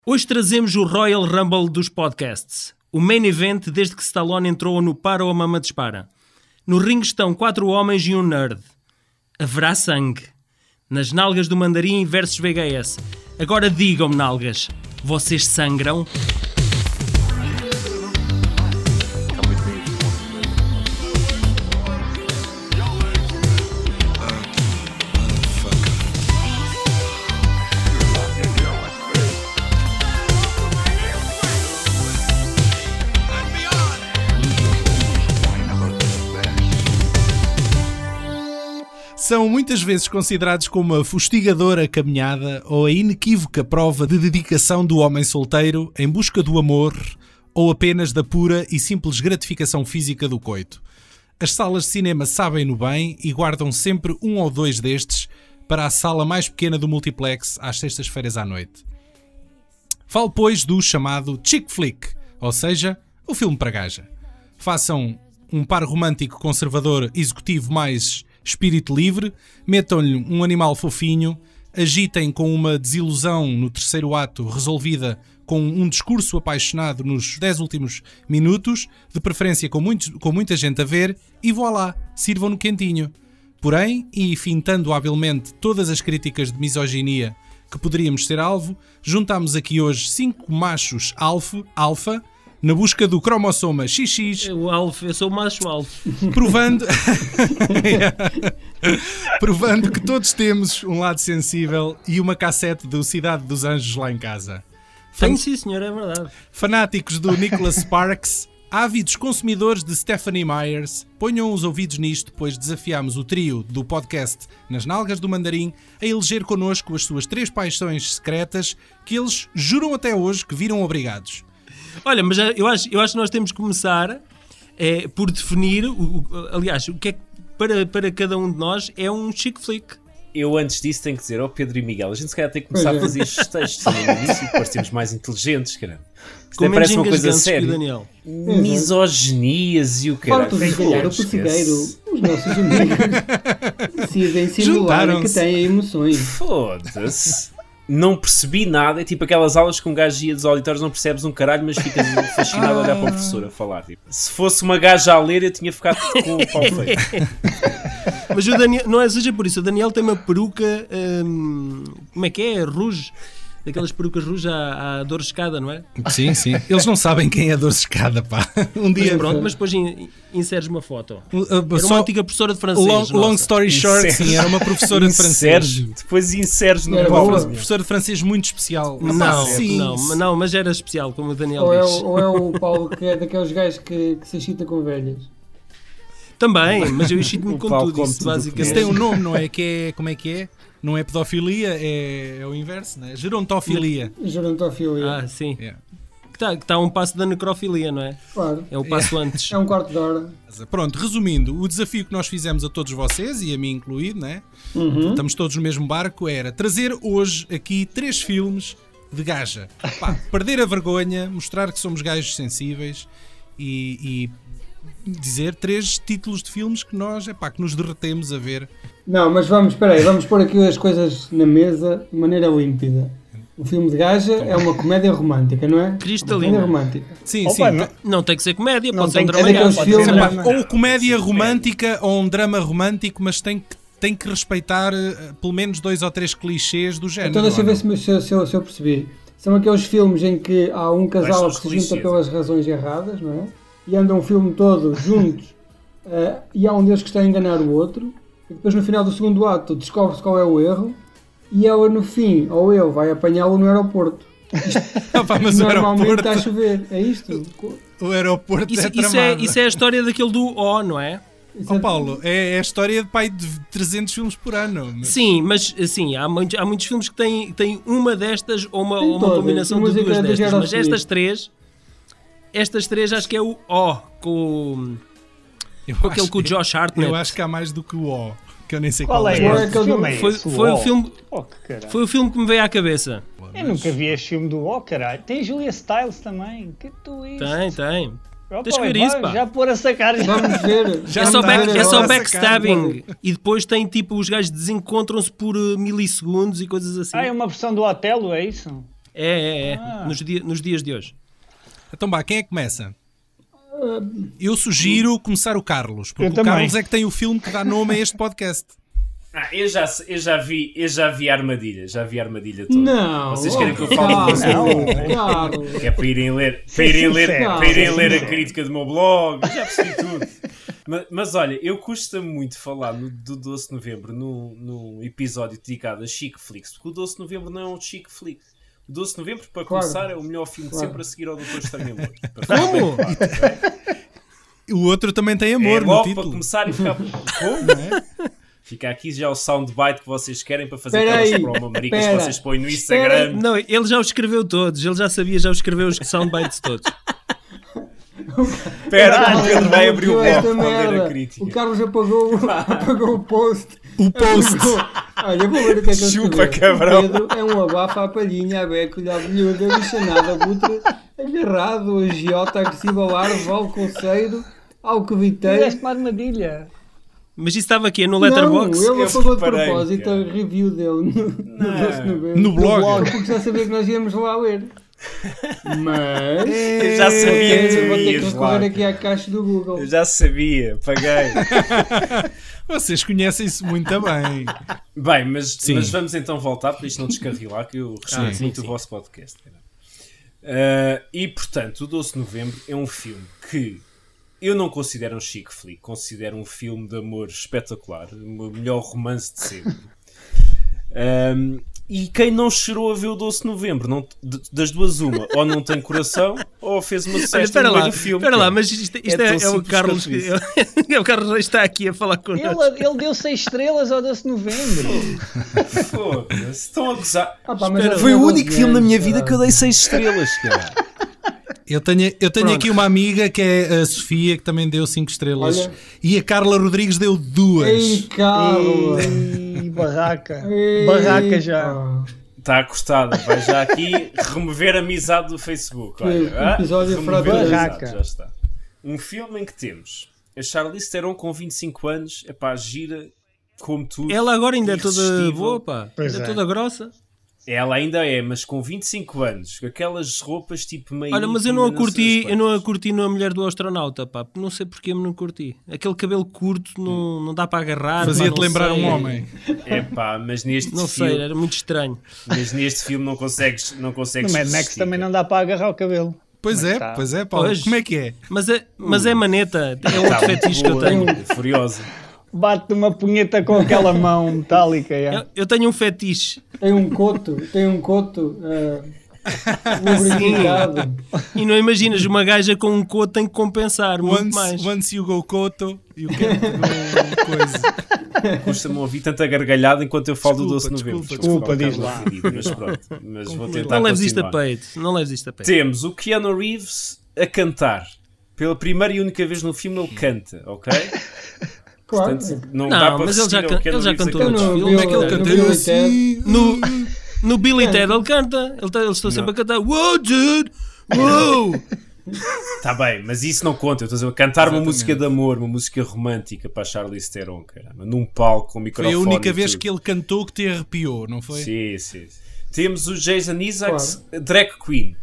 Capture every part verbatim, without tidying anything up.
Hoje trazemos o Royal Rumble dos podcasts. O main event desde que Stallone entrou no Para ou a Mama Dispara. No ringue estão quatro homens e um nerd. Haverá sangue. Nas nalgas do Mandarim versus V H S. Agora digam-me, nalgas, vocês sangram? São muitas vezes considerados como a fustigadora caminhada ou a inequívoca prova de dedicação do homem solteiro em busca do amor ou apenas da pura e simples gratificação física do coito. As salas de cinema sabem-no bem e guardam sempre um ou dois destes para a sala mais pequena do multiplex às sextas-feiras à noite. Falo, pois, do chamado chick flick, ou seja, o filme para gaja. Façam um par romântico conservador executivo mais espírito livre, metam-lhe um animal fofinho, agitem com uma desilusão no terceiro ato resolvida com um discurso apaixonado nos dez últimos minutos, de preferência com, muitos, com muita gente a ver, e voilá, sirvam no quentinho. Porém, e fintando habilmente todas as críticas de misoginia que poderíamos ser alvo, juntamos aqui hoje cinco machos alfa, alfa na busca do cromossoma X X. O alfa, eu sou o macho alfa. Provando... Provando que todos temos um lado sensível e uma cassete do Cidade dos Anjos lá em casa. Tenho sim, senhor, é verdade. Fanáticos do Nicholas Sparks, ávidos consumidores de Stephanie Myers, ponham os ouvidos nisto, pois desafiamos o trio do podcast Nas Nalgas do Mandarim a eleger connosco as suas três paixões secretas que eles juram até hoje que viram obrigados. Olha, mas eu acho, eu acho que nós temos que começar é, por definir, o, o, aliás, o que é que para, para cada um de nós é um chick flick. Eu antes disso tenho que dizer ao oh, Pedro e Miguel, a gente se calhar tem que começar a fazer estes textos no início para sermos mais inteligentes, caramba. Isto nem parece uma coisa séria. Daniel. Misoginias e o que era. Farto de calhar o pessegueiro, os nossos amigos decidem simular que têm emoções. Foda-se. Não percebi nada, é tipo aquelas aulas que um gajo ia dos auditórios, não percebes um caralho, mas ficas fascinado a olhar para o professor a falar. Tipo. Se fosse uma gaja a ler, eu tinha ficado com o pau feito. Mas o Daniel, não é seja por isso, o Daniel tem uma peruca, hum, como é que é? Ruge. Daquelas perucas rujas à, à dor escada, não é? Sim, sim. Eles não sabem quem é a dor escada, pá. Um dia... Mas pronto, mas depois in, inseres uma foto. Uh, uh, era só uma antiga professora de francês. Long, long story short, inseres. Sim, era uma professora de francês. Depois inseres no Era uma uma professora de francês muito especial. Não, sim. não, não, mas era especial, como o Daniel ou diz. É o, ou é o Paulo que é daqueles gajos que, que se excita com velhas. Também, mas eu excito-me com Paulo tudo isso, tudo basicamente. Isso tem um nome, não é? Que é, como é que é? Não é pedofilia, é, é o inverso, não é? Gerontofilia. Gerontofilia. Ah, sim. Yeah. Que está que tá um passo da necrofilia, não é? Claro. É o passo Yeah. antes. É um quarto de hora. Pronto, resumindo, o desafio que nós fizemos a todos vocês, e a mim incluído, não é? Uhum. Estamos todos no mesmo barco, era trazer hoje aqui três filmes de gaja. Pá, perder a vergonha, mostrar que somos gajos sensíveis e... e dizer três títulos de filmes que nós, epá, que nos derretemos a ver. Não, mas vamos, espera aí, vamos pôr aqui as coisas na mesa de maneira límpida. O filme de gaja é uma comédia romântica, não é? Cristalina. Uma comédia romântica. Sim, Opa, sim. não. Não tem que ser comédia, Não pode ser um tem que drama ser daqueles pode filmes- ser Epá, Sim, ou comédia romântica ou um drama romântico, mas tem que, tem que respeitar uh, pelo menos dois ou três clichês do género. Então deixa eu ou ver não? se, se, se, eu, se eu percebi. São aqueles filmes em que há um Quais casal são que os se junta clichês? pelas razões erradas, não é? E andam o filme todo juntos uh, e há um deles que está a enganar o outro e depois no final do segundo ato descobre-se qual é o erro e ela no fim, ou ele, vai apanhá-lo no aeroporto. Ah, pá, mas o Normalmente aeroporto, está a chover, é isto? o aeroporto Isso, é isso, é, tramado. isso é a história daquele do O, não é? Isso Oh, é- Paulo, é, é a história de pai de trezentos filmes por ano. Mas... Sim, mas assim, há muitos, há muitos filmes que têm, têm uma destas ou uma, Tem ou uma todas. combinação A de música duas é do destas. Mas Aerosmith. estas três, estas três acho que é o O, com, Eu com aquele acho com o que- Josh Hartnett. Eu acho que há mais do que o O, que eu nem sei Qual qual, é Qual é esse aquele- filme? É Foi, esse? foi, o Uó. filme, Oh, que caralho. foi o filme que me veio à cabeça. Eu nunca vi este filme do O, caralho. Tem Julia Stiles também. Que tu isso? Tem, tem. Opa, Tens que ver vai, isso, pá. Já pôr a sacar. Já. Vamos ver. Já É só, me back, dá é só a backstabbing. E depois tem tipo, os gajos desencontram-se por uh, milissegundos e coisas assim. Ah, é uma versão do Otelo, é isso? É, é, é. Ah. Nos, dia, nos dias de hoje. Então, bah, quem é que começa? Eu sugiro começar o Carlos, porque Eu o também. Carlos é que tem o filme que dá nome a este podcast. Ah, eu já, eu já vi, eu já vi a armadilha, já vi a armadilha toda. Não! Vocês querem que eu oh, fale Carlos, disso? Não. Carlos. Que é para irem ler, para irem ler, sincero, para irem seja ler a sincero. crítica do meu blog, já percebi tudo. Mas, mas olha, eu custa muito falar no, do doze de novembro num, num episódio dedicado a Chic Flicks, porque o doze de novembro não é um Chic Flick. O doze de novembro, para Claro. começar, é o melhor filme de Claro. sempre a seguir ao doutor Estranho Amor. Para ficar Como? bem claro, ok? O outro também tem amor é no logo para título. começar e ficar. Como? Não é? Fica aqui já o soundbite que vocês querem para fazer Espera aquelas aí, promo-maricas que espera. vocês põem no Espera Instagram. Não, ele já os escreveu todos. Ele já sabia, já os escreveu os soundbites todos. Espera, que o Pedro vai abrir o Esta blog para ler a merda. crítica. O Carlos apagou, apagou o post. O post. Olha, vou ver o que é que ele Chupa, escreveu. cabrão. Pedro é um abafo à palhinha, a beca, a abelhuda, bichanada, butre, agarrado, agiota, agressivo ao ar, valconceiro, alcoviteiro. Fizeste uma armadilha. Mas isso estava aqui no Letterboxd. Não, ele Eu apagou de reparei, propósito cara. a review dele no, no doze de novembro. No blog. blog. Porque já sabia que nós íamos lá ler. Mas... Eu já sabia que eu vou tu ter que ias lá. recorrer aqui à caixa do Google. Eu já sabia, paguei. Vocês conhecem-se muito bem. Bem, mas, Sim. mas vamos então voltar para isto não descarrilar, que eu respeito Ah, sim, muito sim. o vosso podcast. Uh, e portanto, o doze de novembro é um filme que eu não considero um chic flick, considero um filme de amor espetacular, o melhor romance de sempre. Um, e quem não chorou a ver o doze de novembro, não, de- das duas uma, ou não tem coração, ou fez uma Olha, cesta espera no meio lá, do filme. espera lá, cara. mas isto, isto É é, tão é o simples Carlos quanto que, isso. é o Carlos está aqui a falar connosco. Ele, ele deu seis estrelas ao doze de novembro. Foda-se, estão a gozar. Ah, pá, mas Espera, já Foi o tinha único doze filme na anos, minha vida que eu caralho. dei seis estrelas, cara. Eu tenho, eu tenho Pronto. aqui uma amiga que é a Sofia, que também deu cinco estrelas. Olha. E a Carla Rodrigues deu duas. Ei, Carlos! E barraca. Ei, Barraca já. pá. Está acostada, vai já aqui remover a amizade do Facebook. Olha, Que ah, episódio remover a fraturado. amizade, Barraca. já está. Um filme em que temos a Charlize Theron com vinte e cinco anos, é pá, gira como tudo. Ela agora ainda é toda irresistível. boa, pá. Pois Ainda é é. toda grossa. Ela ainda é, mas com vinte e cinco anos, com aquelas roupas tipo meio. Olha, mas eu não a íntima, curti, sei eu não a quantas. curti na Mulher do Astronauta, pá. Não sei porque me não curti. Aquele cabelo curto não, não dá para agarrar. pá, Fazia-te não lembrar sei. um homem. É pá, mas neste Não sei, filme, era muito estranho. mas neste filme não consegues, não No consegues Mad Max resistir. também não dá para agarrar o cabelo. Pois Mas é, tá. pois é, Paulo. Pois. Como é que é? Mas é, mas é maneta, é outro Tá, fetiche que eu boa, tenho. Furiosa. Bate uma punheta com aquela mão metálica. Eu, Yeah. eu tenho um fetiche Tem um coto, tem um coto uh, lubrificado. e não imaginas, uma gaja com um coto tem que compensar muito Once, mais. once you go coto, you can't go coisa. Custa-me ouvir tanta gargalhada enquanto eu falo do Desculpa, doze de novembro. desculpa, desculpa, Ficar um bocado ofendido, mas pronto. Mas vou tentar Não leves isto a continuar. peito, não leves isto a peito. Temos o Keanu Reeves a cantar. Pela primeira e única vez no filme ele canta, ok? Claro. Portanto, não, Não, dá para mas ele já resistir ao can- Keanu ele já Reeves a cantou cantar. no filme, Como é que ele no canta? Billy Eu assim. No, no Billy Ted ele canta, ele está ele está sempre a cantar. Wow, dude! Wow! Tá bem, mas isso não conta. Eu estou a dizer, cantar uma Exatamente. música de amor, uma música romântica para a Charlize Theron, caramba, num palco com Foi microfone. a única e vez tudo. que ele cantou que te arrepiou, não foi? Sim, sim. sim. Temos o Jason Isaacs, drag queen.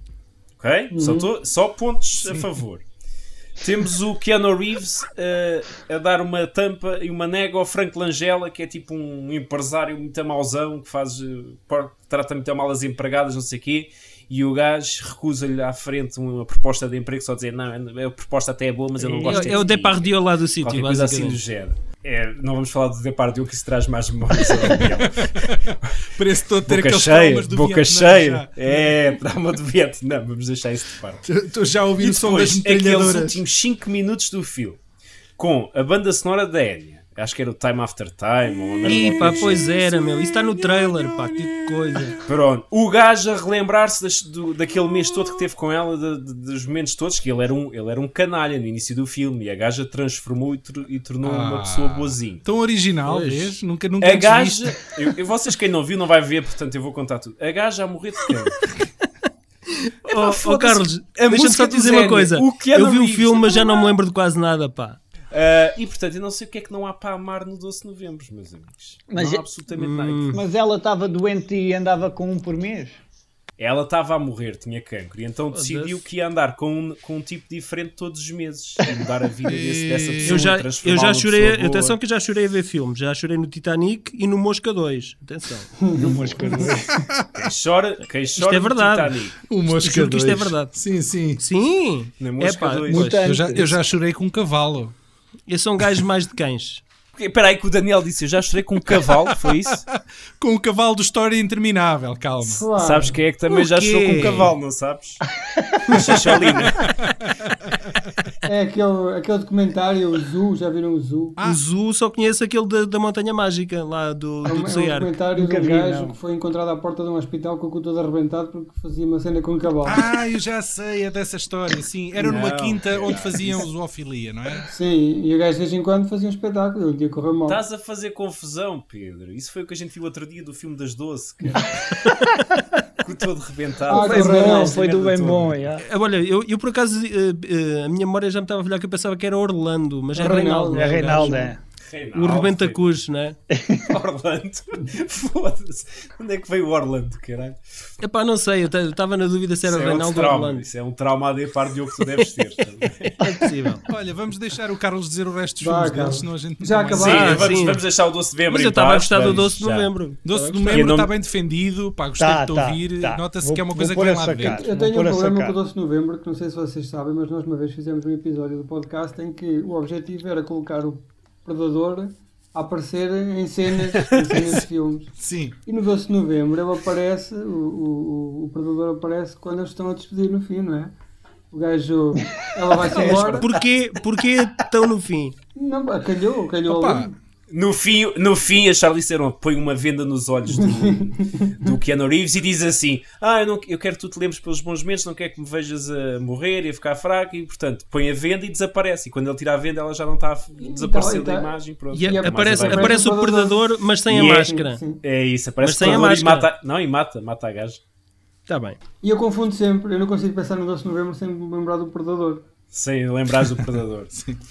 Ok? Só, tô- só pontos a favor. Temos o Keanu Reeves eh, a dar uma tampa e uma nega ao Frank Langella, que é tipo um empresário muito mauzão, que faz, eh, por- trata muito mal as empregadas, não sei o quê, e o gajo recusa-lhe à frente uma proposta de emprego, só dizer, não, a proposta até é boa, mas eu não gosto É, é o de ti." Depardieu lá do sítio, Qualquer coisa assim do basicamente. género. É, não vamos falar do Depardieu, que isso traz mais memórias ao Miguel. Parece que estou a ter Boca aqueles cheia, traumas do boca Vietnã cheia. já. É, trauma do Vietnã, vamos deixar isso de parte. Estou já a ouvir E o som das depois, aqueles metralhadoras. últimos cinco minutos do filme, com a banda sonora da Enya, acho que era o Time After Time, ou uma merda Ih, pá, qualquer. pois era, meu. Isso está no trailer, pá, que coisa. Pronto, o gajo a relembrar-se das- do- daquele mês todo que teve com ela, de- de- dos momentos todos, que ele era, um, ele era um canalha no início do filme, e a gaja transformou e, tor- e tornou uma Ah. pessoa boazinha. Tão original, Pois. vês? Nunca, nunca A antes gaja, visto. eu, eu- vocês quem não viu não vai ver, portanto eu vou contar tudo. A gaja a morrer de cancro. Ó oh, foda-se. Carlos, A deixa-me música só do te dizer Zénia, uma coisa. o Keanu Eu vi o Reeves, filme, mas é já não me verdade. lembro de quase nada, pá. Ah, e portanto, eu não sei o que é que não há para amar no doze de novembro, meus amigos. Mas não há é- absolutamente Hum. nada. Mas ela estava doente e andava com um por mês. Ela estava a morrer, tinha cancro, e então decidiu Deus. que ia andar com um, com um tipo diferente todos os meses e mudar a vida desse, dessa pessoa. Eu já, e eu transformá-la já numa chorei, pessoa boa. atenção que eu já chorei a ver filmes, já chorei no Titanic e no Mosca dois, atenção. No Mosca dois. Quem chora, quem chora é no verdade. Titanic. O Mosca Juro que isto é dois. verdade. Sim, sim. Sim, Na é Mosca pá, dois. pois. Eu já, eu já chorei com um cavalo. Esses são gajos mais de cães. Espera aí que o Daniel disse, eu já chorei com um cavalo, foi isso? Com o cavalo do História Interminável, calma. Claro. Sabes quem é que também O já chorou com quê? um cavalo, não sabes? Chacholina. É aquele, aquele documentário, o Zoo, já viram o Zoo? Ah. O Zoo só conheço aquele da, da Montanha Mágica, lá do, É do um, é um Desaguar. documentário Nunca de um vi, gajo não. que foi encontrado à porta de um hospital com o cu todo arrebentado porque fazia uma cena com um cavalo. Ah, eu já sei, é dessa história, sim. Era numa Não. quinta onde faziam zoofilia, não é? Sim, e o gajo de vez em quando fazia um espetáculo e um dia correu mal. Estás a fazer confusão, Pedro. Isso foi o que a gente viu outro dia do filme das doze, cara. Com todo rebentado. Ah, Foi correto. bom, Esta foi do merda bem toda. bom. já. Ah, Olha, eu, eu por acaso, eh, eh, a minha memória já me estava a falhar que eu pensava que era Orlando, mas é, É Reinaldo. Reinaldo. não É o Reinaldo, gajo? é. Reinaldo, O Rebentacus, não é? Orlando. Foda-se. Onde é que veio o Orlando, caralho? Epá, não sei, eu estava na dúvida se era Isso é outro Reinaldo ou trauma. Orlando. Isso é um trauma a de par de que tu deves ter. também. É possível. Olha, vamos deixar o Carlos dizer o resto dos Vá, filmes deles, Carlos. senão a gente Já nunca mais- Sim, acabaram. Ah, vamos, sim. vamos deixar o doze de novembro Mas em eu estava a paz, gostar do vamos doze de já. novembro. doze de Eu novembro não- está bem defendido, pá, gostei Tá, de te tá, ouvir, tá. nota-se Vou- que é uma vou coisa que pôr vem a lá de sacar. dentro. Eu Vou tenho pôr um a problema sacar. com o doze de novembro, que não sei se vocês sabem, mas nós uma vez fizemos um episódio do podcast em que o objetivo era colocar o Predador a aparecer em cenas, em cenas de filmes. Sim. E no doze de novembro ele aparece, o, o, o Predador aparece quando eles estão a despedir no fim, não é? O gajo, ela vai-se embora. Porquê, porquê tão no fim? Não, calhou, calhou Opa, ali. No fim, no fim, a Charlize Theron põe uma venda nos olhos do, do Keanu Reeves e diz assim: Ah, eu, não, eu quero que tu te lembres pelos bons momentos, não quero que me vejas a morrer e a ficar fraco. E portanto, põe a venda e desaparece. E quando ele tira a venda, ela já não está a desaparecer Então, da então- imagem. Pronto. E E a- a- aparece, mais aparece o abaixo. predador, mas sem E a é- máscara. Sim, sim. É isso, aparece Mas sem a o predador e máscara. mata. Não, e mata, mata a gaja. Está bem. E eu confundo sempre, eu não consigo pensar no doze de novembro sem me lembrar do Predador. Sem lembrares do predador.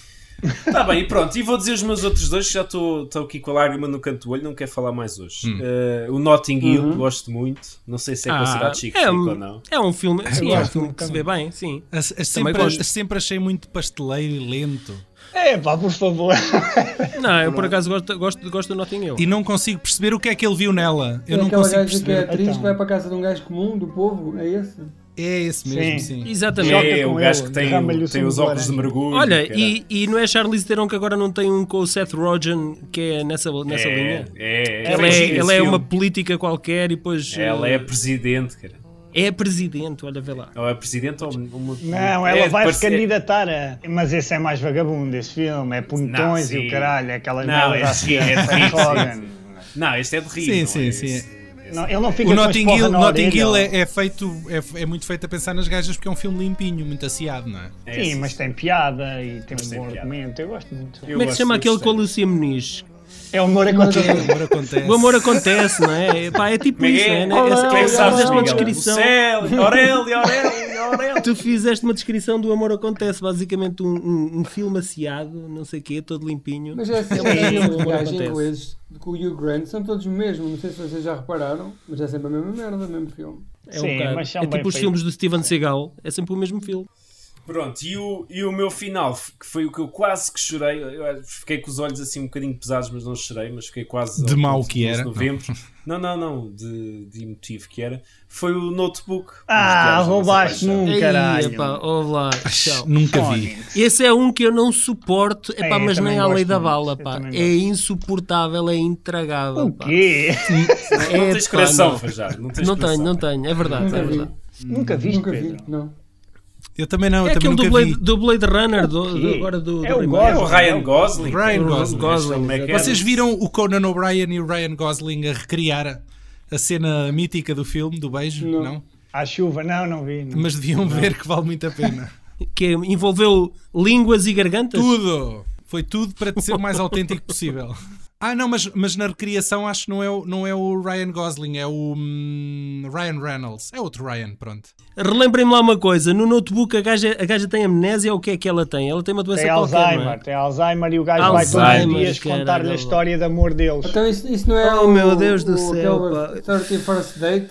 Está bem, e pronto. E vou dizer os meus outros dois, que já estou estou aqui com a lágrima no canto do olho, não quero falar mais hoje. Eh, o Notting Hill, Uhum. gosto muito. Não sei se é Ah, considerado chique é, chique um, ou não. é um filme, sim, é um gosto filme muito que se também. vê bem, sim. As, as Também sempre, gosto. as sempre achei muito pasteleiro e lento. É pá, por favor. Não, eu por acaso gosto, gosto, gosto do Notting Hill. E não consigo perceber o que é que ele viu nela. Eu é não aquela consigo gaja que é perceber. atriz Então. que vai para a casa de um gajo comum, do povo, é esse? É esse mesmo, Sim. sim. Exatamente. Joga É, com o gajo ele, que tem, derrama-lhe o tem os sumo de óculos de laranja. mergulho. Olha, caralho. e, e não é Charlize Theron que agora não tem um com o Seth Rogen que é nessa, nessa é, linha? É, Ela fez é, esse ela é filme. uma política qualquer e depois Ela é eh, presidente, cara. é presidente, olha, vê lá. Ou é presidente ou uma... Não, ela é, vai parece- se candidatar a... Mas esse é mais vagabundo, esse filme. É puntões Não, e sim. o caralho. É aquelas Não, merdas esse assim. é de rir, Seth Rogen. sim, Não, este é de rir. Sim, não sim, é sim. esse- Não, ele não fica O com Notting esporra Hill, na Notting orelha, Hill ó. é, é feito, é, é muito feito a pensar nas gajas porque é um filme limpinho, muito aciado, não é? É Sim, esse. mas tem piada e tem Mas um tem bom piada. argumento. Eu gosto muito. Eu Como é que gosto, se chama eu aquele com a gostei. Lúcia Muniz? É o amor a O contigo. amor acontece. O amor acontece, não é? Pá, é tipo Como é que isso, é? não é? Como é que Tu sabes, fizeste uma Miguel? descrição. O céu, Aurélio, Aurélio, Aurélio. Tu fizeste uma descrição do Amor Acontece, basicamente um, um, um filme aciado, não sei o quê, todo limpinho. Mas é sempre É assim, isso, os amor gajos acontece. ingleses com o Hugh Grant são todos o mesmo, não sei se vocês já repararam, mas é sempre a mesma merda, o mesmo filme. É, um Sim, bocado. mas são É bem tipo os feitos. filmes do Steven Seagal, é sempre o mesmo filme. Pronto, e o, e o meu final, que foi o que eu quase que chorei, eu fiquei com os olhos assim um bocadinho pesados, mas não chorei, mas fiquei quase... De ao mau ponto que doze de era. novembro. Não, não, não, de, de emotivo que era. Foi o Notebook. Ah, Os Diários da roubaste Nossa Paixão. num Ei, caralho. epá, ouve lá, tchau. Nunca Oh, vi. Nino. Esse é um que eu não suporto, epá, É, eu mas nem também à lei gosto da muito, bala, eu pá. também É gosto. insuportável, é intragável. O pá. quê? Não É, tens pá, coração, não. Fajar. Não tens Não coração. tenho, não tenho, é verdade, Nunca é vi. verdade. Nunca viste, Nunca vi, Pedro? não. Eu também não, eu É também aquele do nunca Blade, vi. do Blade Runner, do, O do- quê? agora do, É do o remake. É o Ryan Gosling. Ryan O Gosling. Gosling, Como é que é? exatamente. Vocês viram o Conan O'Brien e o Ryan Gosling a recriar a, a cena mítica do filme, do beijo? Não. Não? À chuva? Não, não vi. não. Mas deviam ver que vale muito a pena. Que envolveu línguas e gargantas? Tudo! Foi tudo para te ser o mais autêntico possível. Ah, não, mas, mas na recriação acho que não é, o, não é o Ryan Gosling, é o hum, Ryan Reynolds. É outro Ryan, pronto. Relembrem-me lá uma coisa, no notebook a gaja, a gaja tem amnésia ou o que é que ela tem? Ela tem uma doença Tem qualquer, Alzheimer, não é? tem Alzheimer e o gajo vai todos Alzheimer, os dias caralho. contar-lhe a história de amor deles. Então isso, isso não é Oh, o, meu Deus do o, céu, aquele pá. thirty first Dates?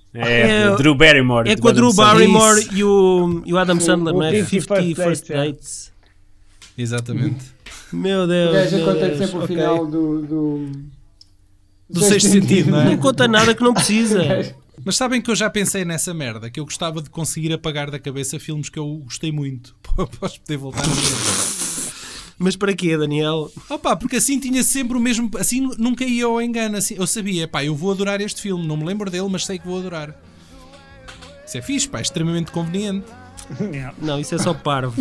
É, É- Drew Barrymore. É do com a Adam Drew Sandler. Barrymore Isso. e o, e o Adam Sandler, o não é? fifty fifty First First Dates, é. Dates. Exatamente. Meu O Deus. gajo meu conta Deus. sempre o Ok. final do. Do, Do sexto sentido, não é? Não conta nada que não precisa. Mas sabem que eu já pensei nessa merda, que eu gostava de conseguir apagar da cabeça filmes que eu gostei muito. Posso poder voltar a ver. Mas para quê, Daniel? Opa, porque assim tinha sempre o mesmo. Assim nunca ia ao engano. Assim, eu sabia, pá, eu vou adorar este filme. Não me lembro dele, mas sei que vou adorar. Isso é fixe, pá, é extremamente conveniente. Yeah. Não, isso é só parvo.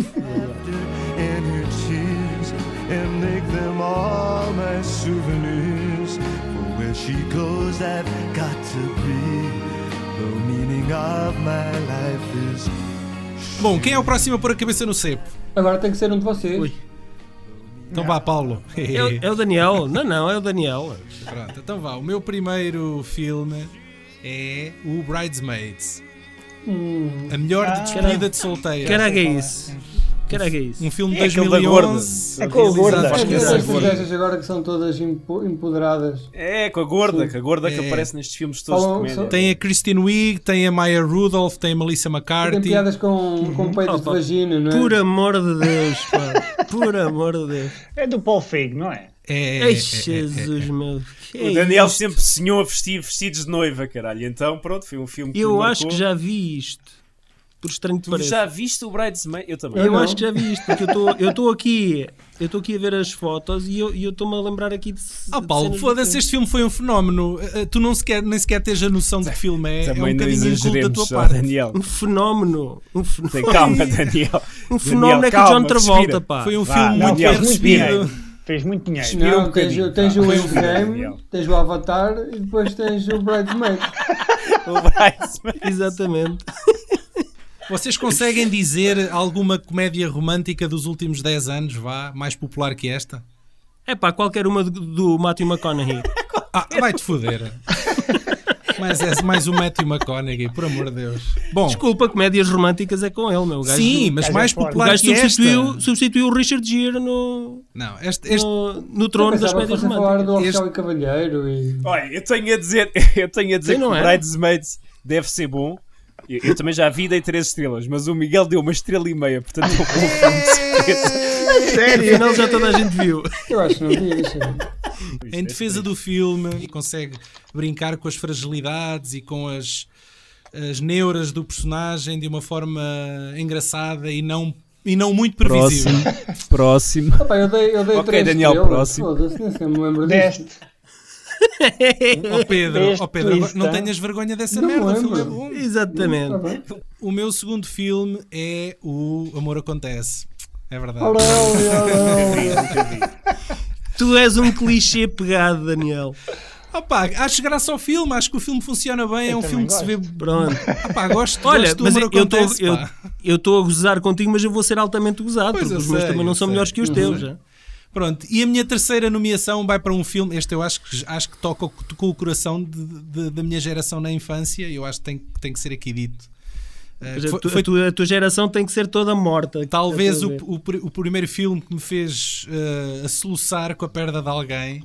and her tears and make them all my souvenirs. For where she goes, I've got to be. The meaning of my life is. Bom, quem é o próximo a pôr a cabeça no cepo? Agora tem que ser um de vocês. Ui. Então vá, Paulo. É, o- é o Daniel. Não, não, é o Daniel. Pronto, então vá. O meu primeiro filme é o Bridesmaids. Hum, A melhor Ah, despedida de solteiro. Caraca, é isso. Caraca, é isso. Um filme de É aquele dois mil e da gorda. onze. É com a gorda. realizado- é que Exato. essas gajas agora que são todas empo- empoderadas. É, com a gorda, com a gorda que É. aparece nestes filmes todos de Falam- comédia. Tem a Kristen Wiig, tem a Maya Rudolph, tem a Melissa Tem McCarthy. piadas com, com peitos de Opa, vagina, não é? Por amor de Deus, pá. Por amor de Deus. É do Paul Feig, não é? É, é, é, Ai, é, Jesus, meu. Que O é Daniel isto? sempre sonhou a vestir vestidos de noiva, caralho. Então, pronto, foi um filme que Eu me acho marcou. que já vi isto. Por estranho que Tu pareça. já viste o Bridesmaid? Eu também. Eu Eu não. acho que já vi isto, porque eu estou aqui, eu estou aqui a ver as fotos e eu e eu estou-me a lembrar aqui de. Ah, de Paulo, cenas foda-se, diferentes. este filme foi um fenómeno. Uh, Tu não sequer, nem sequer tens a noção de que filme é. É um Também não bocadinho inculto da exageremos, tua só, parte. Daniel. Um fenómeno. Um Tem fenómeno, calma, Daniel. um fenómeno é que o calma, John Travolta, respira. pá. Foi um Vá, filme não, muito Daniel, bem Fez muito respira. recebido. dinheiro. Fez muito dinheiro. Respira um Não, tens, bocadinho, tens pá. o Foi um Endgame, Daniel. tens o Avatar e depois tens o Bridesmaid. O Bridesmaid. Exatamente. Vocês conseguem dizer alguma comédia romântica dos últimos dez anos, vá, mais popular que esta? É pá, qualquer uma do, do Matthew McConaughey. Ah, vai-te foder. Mas é mais o Matthew McConaughey, por amor de Deus. Bom, Desculpa, comédias românticas é com ele, meu. O gajo, sim, mas gajo mais é forte. o popular gajo que esta. substituiu, substituiu o Richard Gere no, Não, este, este, no, no trono das Pensava que comédias fosse a falar românticas. do Oficial Este- e Cavalheiro e... Olha, eu tenho a dizer, eu tenho a dizer Sim, que não o é? Bridesmaids deve ser bom. Eu, eu também já vi e dei três estrelas, mas o Miguel deu uma estrela e meia, portanto eu vou um filme de certeza. Sério? Afinal já toda a gente viu. Eu acho que não vi isso. em defesa do filme, consegue brincar com as fragilidades e com as, as neuras do personagem de uma forma engraçada e não, e não muito previsível. Próximo. Opa, eu dei, eu dei Ok, três Daniel, estrelas. próximo. Foda-se, nem sequer me lembro disto. Deste. Ó Pedro, Este ó Pedro, twist, não hein? tenhas vergonha dessa Não merda, o lembro. filme é bom. Exatamente. Tá bem. O meu segundo filme é o Amor Acontece. É verdade. Olá, olá, olá. Tu és um clichê pegado, Daniel. Opa, acho graça ao filme, acho que o filme funciona bem, é um filme também que se vê. Pronto. Opa, gosto, Olha, gosto do mas Amor eu estou Acontece, eu, pá. eu estou a gozar contigo, mas eu vou ser altamente gozado, Pois porque eu os meus sei, também não eu são sei. melhores que os teus. Já. Pronto, e a minha terceira nomeação vai para um filme, este eu acho que, acho que toca o- com o coração de- de- da minha geração na infância, e eu acho que tem, tem que ser aqui dito. Uh, Mas a, foi- tu- foi a tua, a tua geração tem que ser toda morta. talvez Estás o, a ver? o, pr- o primeiro filme que me fez uh, a soluçar com a perda de alguém.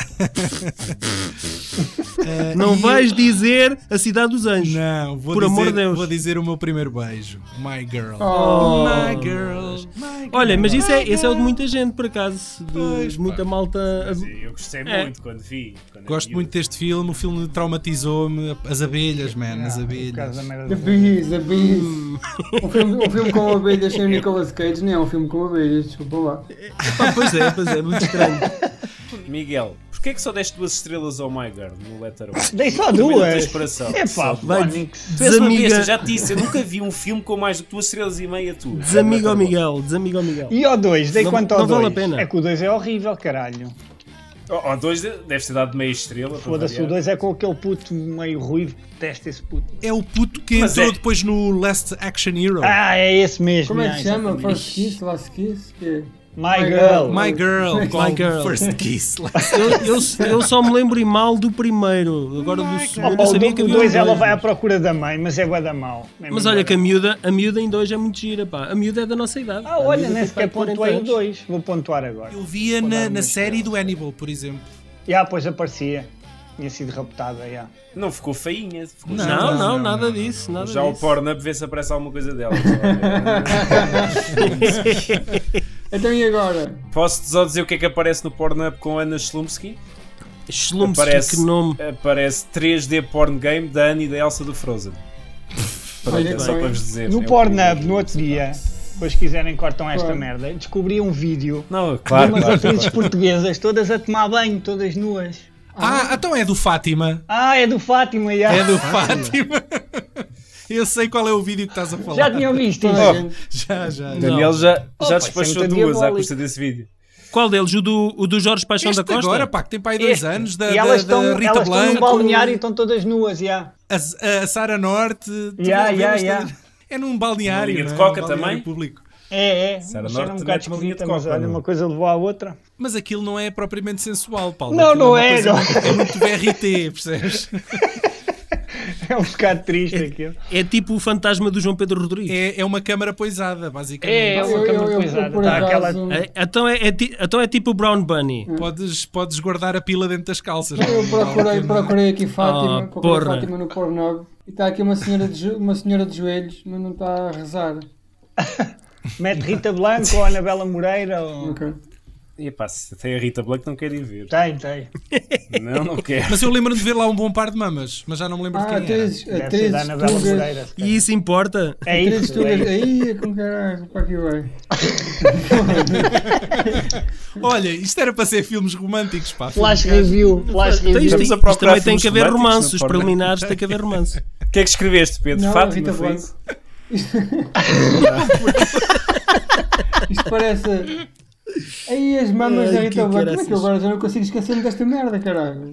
Uh, Não e- vais dizer a Cidade dos Anjos. Não, vou Por dizer, amor de Deus. vou dizer o meu primeiro beijo. My girl. Oh. My girl. My girl. Olha, mas isso é, esse é o de muita gente, por acaso. De, Pois, de muita pá. malta. Eu gostei É. muito quando vi. quando era Gosto miúdo. muito deste filme, o filme traumatizou-me. As abelhas, man, as Por causa abelhas. da merda The do- Bees, The Bees. Um filme, um filme com abelhas sem o Nicolas Cage, nem é um filme com abelhas, desculpa lá. Pá, pois é, pois é, muito estranho. Miguel, porquê é que só deste duas estrelas ao My Girl no Letterboxd? Dei só Também não tens duas. coração. É Só- pá, Vai- Phonics. Tu és uma Desamiga- besta, já te disse, eu nunca vi um filme com mais do que duas estrelas e meia tu. Desamiga ao Miguel, desamiga ao Miguel. E ao dois, dei Não- quanto ao não vale dois? a pena. É que o dois é horrível, caralho. Ó, oh, dois deve ter dado meia estrela. para Foda-se, o variar. dois é com aquele puto meio ruivo, detesto esse puto. É o puto que Mas entrou é- depois no Last Action Hero. Ah, é esse mesmo. Como é que ah, se chama? exatamente. First Kiss, Last Kiss? Que... My My Girl. Girl. My Girl, My called Girl. First Kiss. Eu, eu, eu só me lembro mal do primeiro. Agora do segundo. Eu Oh, sabia o que havia dois um ela dois. vai à procura da mãe, mas é bué da mau. É Mas mesmo olha bué que a da mau. miúda, a miúda em dois é muito gira, pá. A miúda é da nossa idade. Ah, A olha, miúda nem tem sequer pai quarenta pontuei o anos. dois. Vou pontuar agora. Eu via Vou dar na, uma na série estrela. do Hannibal, por exemplo. E ah, pois aparecia. tinha sido raptada, já. Não ficou feinha. Ficou Não, Não, não, não, nada não, disso. Nada Já o disso. Pornhub vê se aparece alguma coisa dela. Então e agora? Posso-te só dizer o que é que aparece no Pornhub com Anna Schlumsky? Schlumsky, Aparece, que nome. aparece três D Porn Game da Anne e da Elsa do Frozen. Pronto, Olha, é só bem. para vos dizer. No É o Pornhub, que- no outro dia, depois se quiserem cortam esta Claro. merda, descobri um vídeo Não, de claro, umas claro, atrizes claro. portuguesas todas a tomar banho, todas nuas. Ah, então é do Fátima. Ah, é do Fátima, já. É do Fátima. Eu sei qual é o vídeo que estás a falar. Já tinham visto Toda a isso? gente. Já, já. já. Daniel já, Oh, já pá, despachou isso é muito duas à diabólico. custa desse vídeo. Qual deles? O do, o do Jorge Paixão Este da Costa? agora, pá, que tem para aí dois Este. anos, da, E elas da, estão, da Rita elas estão Blanco, num balneário e estão todas nuas, já. a, a Sara Norte. tu Ya, vês ya, elas ya. todas- É num balneário. Uma linha de não é? coca Num balneário também? público. É, é. Sara Isso era Norte um bocado mete uma linha de esquisita, mas coca, olha, não? uma coisa levou à outra. Mas aquilo não é propriamente sensual, Paulo. Não, Aquilo não uma é, coisa não. muito- É muito V R T, percebes? É um bocado triste aquilo. É tipo o fantasma do João Pedro Rodrigues. É, é uma câmara poisada, basicamente. É, é uma Eu- eu- câmara eu- pesada. eu, por Tá, aquela... acaso, É, então, é, é ti- então é tipo o Brown Bunny. Podes, podes guardar a pila dentro das calças. Eu não vale a procurei, pena. procurei aqui Fátima, Oh, procurei porra. Fátima no Pornhub e está aqui uma senhora, de, jo- uma senhora de joelhos, mas não está a rezar. Mete Rita Blanco ou Anabela Moreira ou... Ok. E pá, se tem a Rita Blanco não querem ver. Tem, tem. Não, não quero. Mas eu lembro-me de ver lá um bom par de mamas, mas já não me lembro de Ah, quem era. atrizes, Deve ser atrizes, da Anabela tugas, Moreira. E isso importa. É atrizes, isso. tugas, É isso. aí, com caralho, para aqui vai. Olha, isto era para ser filmes românticos, pá. Flash filmes review. Flash Então, isto, review. Estamos a isto procurar também tem filmes que haver românticos romance. no Os Pornhub. preliminares tem que haver romance. O que é que escreveste, Pedro? Não, Fátima, Rita foi Blanco. isso? Isto parece. Aí as mamas Ai, da que Rita Blanco. Como é que caraças. eu agora já não consigo esquecer-me desta merda, caralho?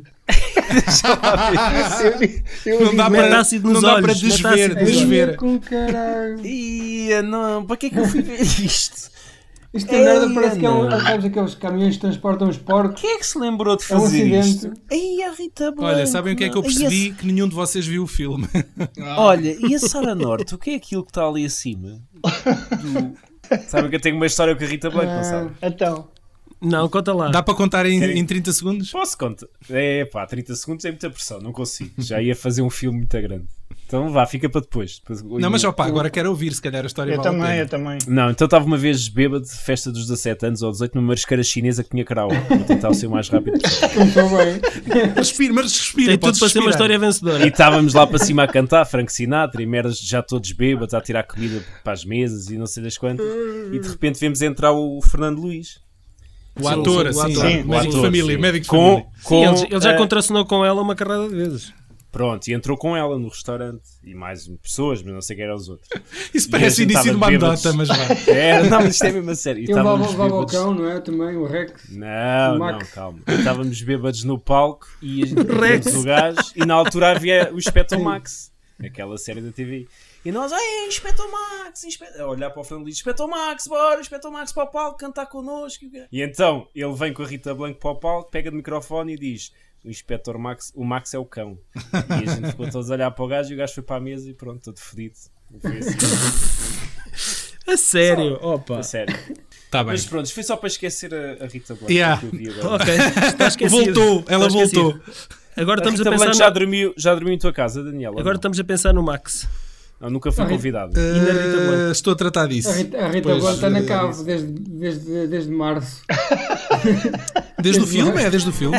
Não dá Mete para, ácido não nos dá olhos, para mete desver, ácido nos desver. Aí, com caralho. Ia, não, para que é que eu fui ver isto? Esta merda Ei, parece que é um. não. Sabes aqueles caminhões que transportam os porcos? Quem é que se lembrou de É um fazer acidente. isto? Ai, a Rita Blanco. Olha, sabem o que é que eu Ai, percebi? Que nenhum de vocês viu o filme. a- Olha, e a Sara Norte? O que é aquilo que está ali acima? Do... Sabem que eu tenho uma história com a Rita Blanco, não sabe? Então. Não, conta lá. Dá para contar em, Querem- em trinta segundos? Posso contar? É pá, trinta segundos é muita pressão, não consigo. Já ia fazer um filme muito grande. Então vá, fica para depois. Depois- Não, mas opá, agora quero ouvir, se calhar a história Eu vale a também, pena. eu também. Não, então estava uma vez bêbado, festa dos dezassete anos ou dezoito, numa marisqueira chinesa que tinha karaoke. Vou tentar ser o mais rápido possível. Começou bem. Respira, mas respira, Tem tudo podes para ser uma respirar. história E vencedora. estávamos lá para cima a cantar, Frank Sinatra e merdas, já todos bêbados, a tirar comida para as mesas e não sei das quantas. E de repente vemos entrar o Fernando Luís. O ator, sim, o assim, ator. médico O de ator, família, sim. médico de Com, família. Sim, com, ele, ele já eh, contracenou com ela uma carrada de vezes. Pronto, e entrou com ela no restaurante. E mais pessoas, mas não sei quem eram os outros. Isso E parece a gente início de uma estava anedota, mas bêbados. vá. É, não, mas isto é mesmo a sério. E E o estávamos bêbados. Babocão, não é? Também, o Rex. Não, O não, Max. calma. Estávamos bêbados no palco e a gente Rex. vimos o gajo e na altura havia o Inspector Max, aquela série da T V. E nós, ei, Inspector Max, Inspector... a olhar para o Fernando Luís, Inspector Max, bora, Inspector Max para o palco, cantar connosco. E então ele vem com a Rita Blanco para o palco, pega o microfone e diz: o Inspector Max, o Max é o cão. E a gente ficou todos a olhar para o gajo e o gajo foi para a mesa e pronto, todo fedido. Foi assim, A sério, opa. a sério. Tá bem. Mas pronto, foi só para esquecer a, a Rita Blanco Yeah. que eu vi agora. Ok, está esquecido. Voltou, ela Está esquecido. voltou. Agora A estamos a Rita Blanco pensar já no... dormiu, já dormiu em tua casa, Daniela? Agora estamos a pensar no Max. Não, nunca fui Ah, Rita- convidado. E na Rita Uh, Blanco? estou a tratar disso. A Rita, a Rita Pois, Blanco está na eh, cave desde, desde, desde março. Desde o filme? É desde o filme?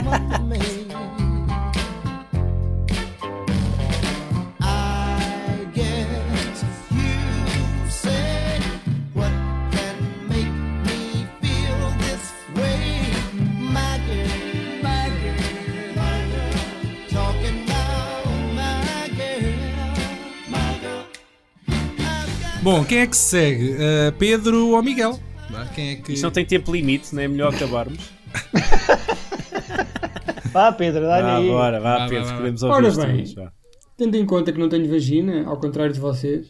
I guess you say what can make me feel this way, my girl, my girl, my girl, talking about my girl, my girl. I've got Bom, quem é que se segue? Uh, Pedro ou Miguel? Vá, Quem é que... Isto não tem tempo limite, não é melhor acabarmos? Vá, Pedro, dá-lhe Vá, aí. bora, vá, Vá, Pedro, vá, vá. queremos Ora ouvir os bem. temas, vá. Tendo em conta que não tenho vagina, ao contrário de vocês,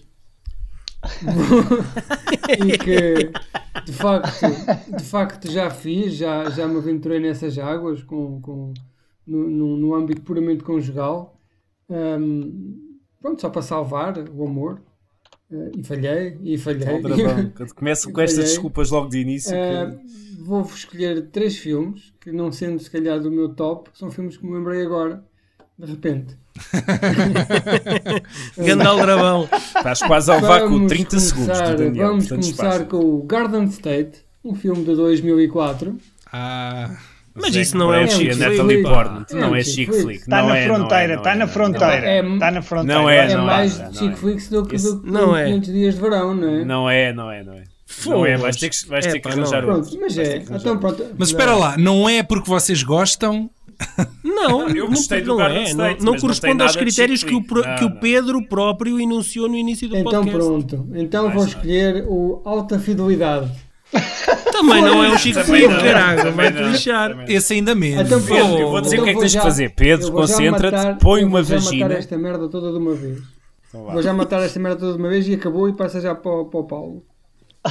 e que de facto, de facto já fiz, já, já me aventurei nessas águas com, com, no, no, no âmbito puramente conjugal, hum, pronto, só para salvar o amor, eh, e falhei, e falhei. Aldrabão. Quando começam com estas Falhei. desculpas logo de início. Eh, que- Vou-vos escolher três filmes que, não sendo se calhar do meu top, são filmes que me lembrei agora de repente. Gandal Drabão. Estás quase ao vácuo Vamos trinta segundos começar- do Daniel. Vamos portanto, começar espaço. com o Garden State, um filme de dois mil e quatro. Ah, Mas Zac isso não é um Braff e chick a flick, Natalie pá. Portman. É Não um é chick chick flick. flick. Está Não na é, não fronteira, é, não está é, na não é. fronteira. É- Está na fronteira. Não é, É não mais é, não chick é. flicks do que Esse- do que não é. quinhentos dias de verão, não é? Não é, não é, não é. Não é, Fogo. vais ter que, vais É, ter que pá, arranjar não. outro. Pronto, mas Vais é. ter que arranjar Então, outro. pronto. mas espera lá, não é porque vocês gostam? Não, Eu não, gostei do não Garden é. State, Não, mas não não corresponde tem aos nada de critérios chick que o, flick. pro- que o Não, não. Pedro próprio enunciou no início do Então podcast. pronto. Então Mais vou nada. escolher o Alta Fidelidade. Também não é um chick Também flick, não, caralho. também Vai-te não, lixar. também não. Esse ainda menos. Então, Pedro, pronto. eu vou dizer Então o que é que tens de já- fazer. Pedro, eu vou já concentra-te, matar- põe eu uma vou já vagina. matar esta merda toda de uma vez. Então vá. Vou já matar esta merda toda de uma vez e acabou e passa já para, o- para o Paulo. A,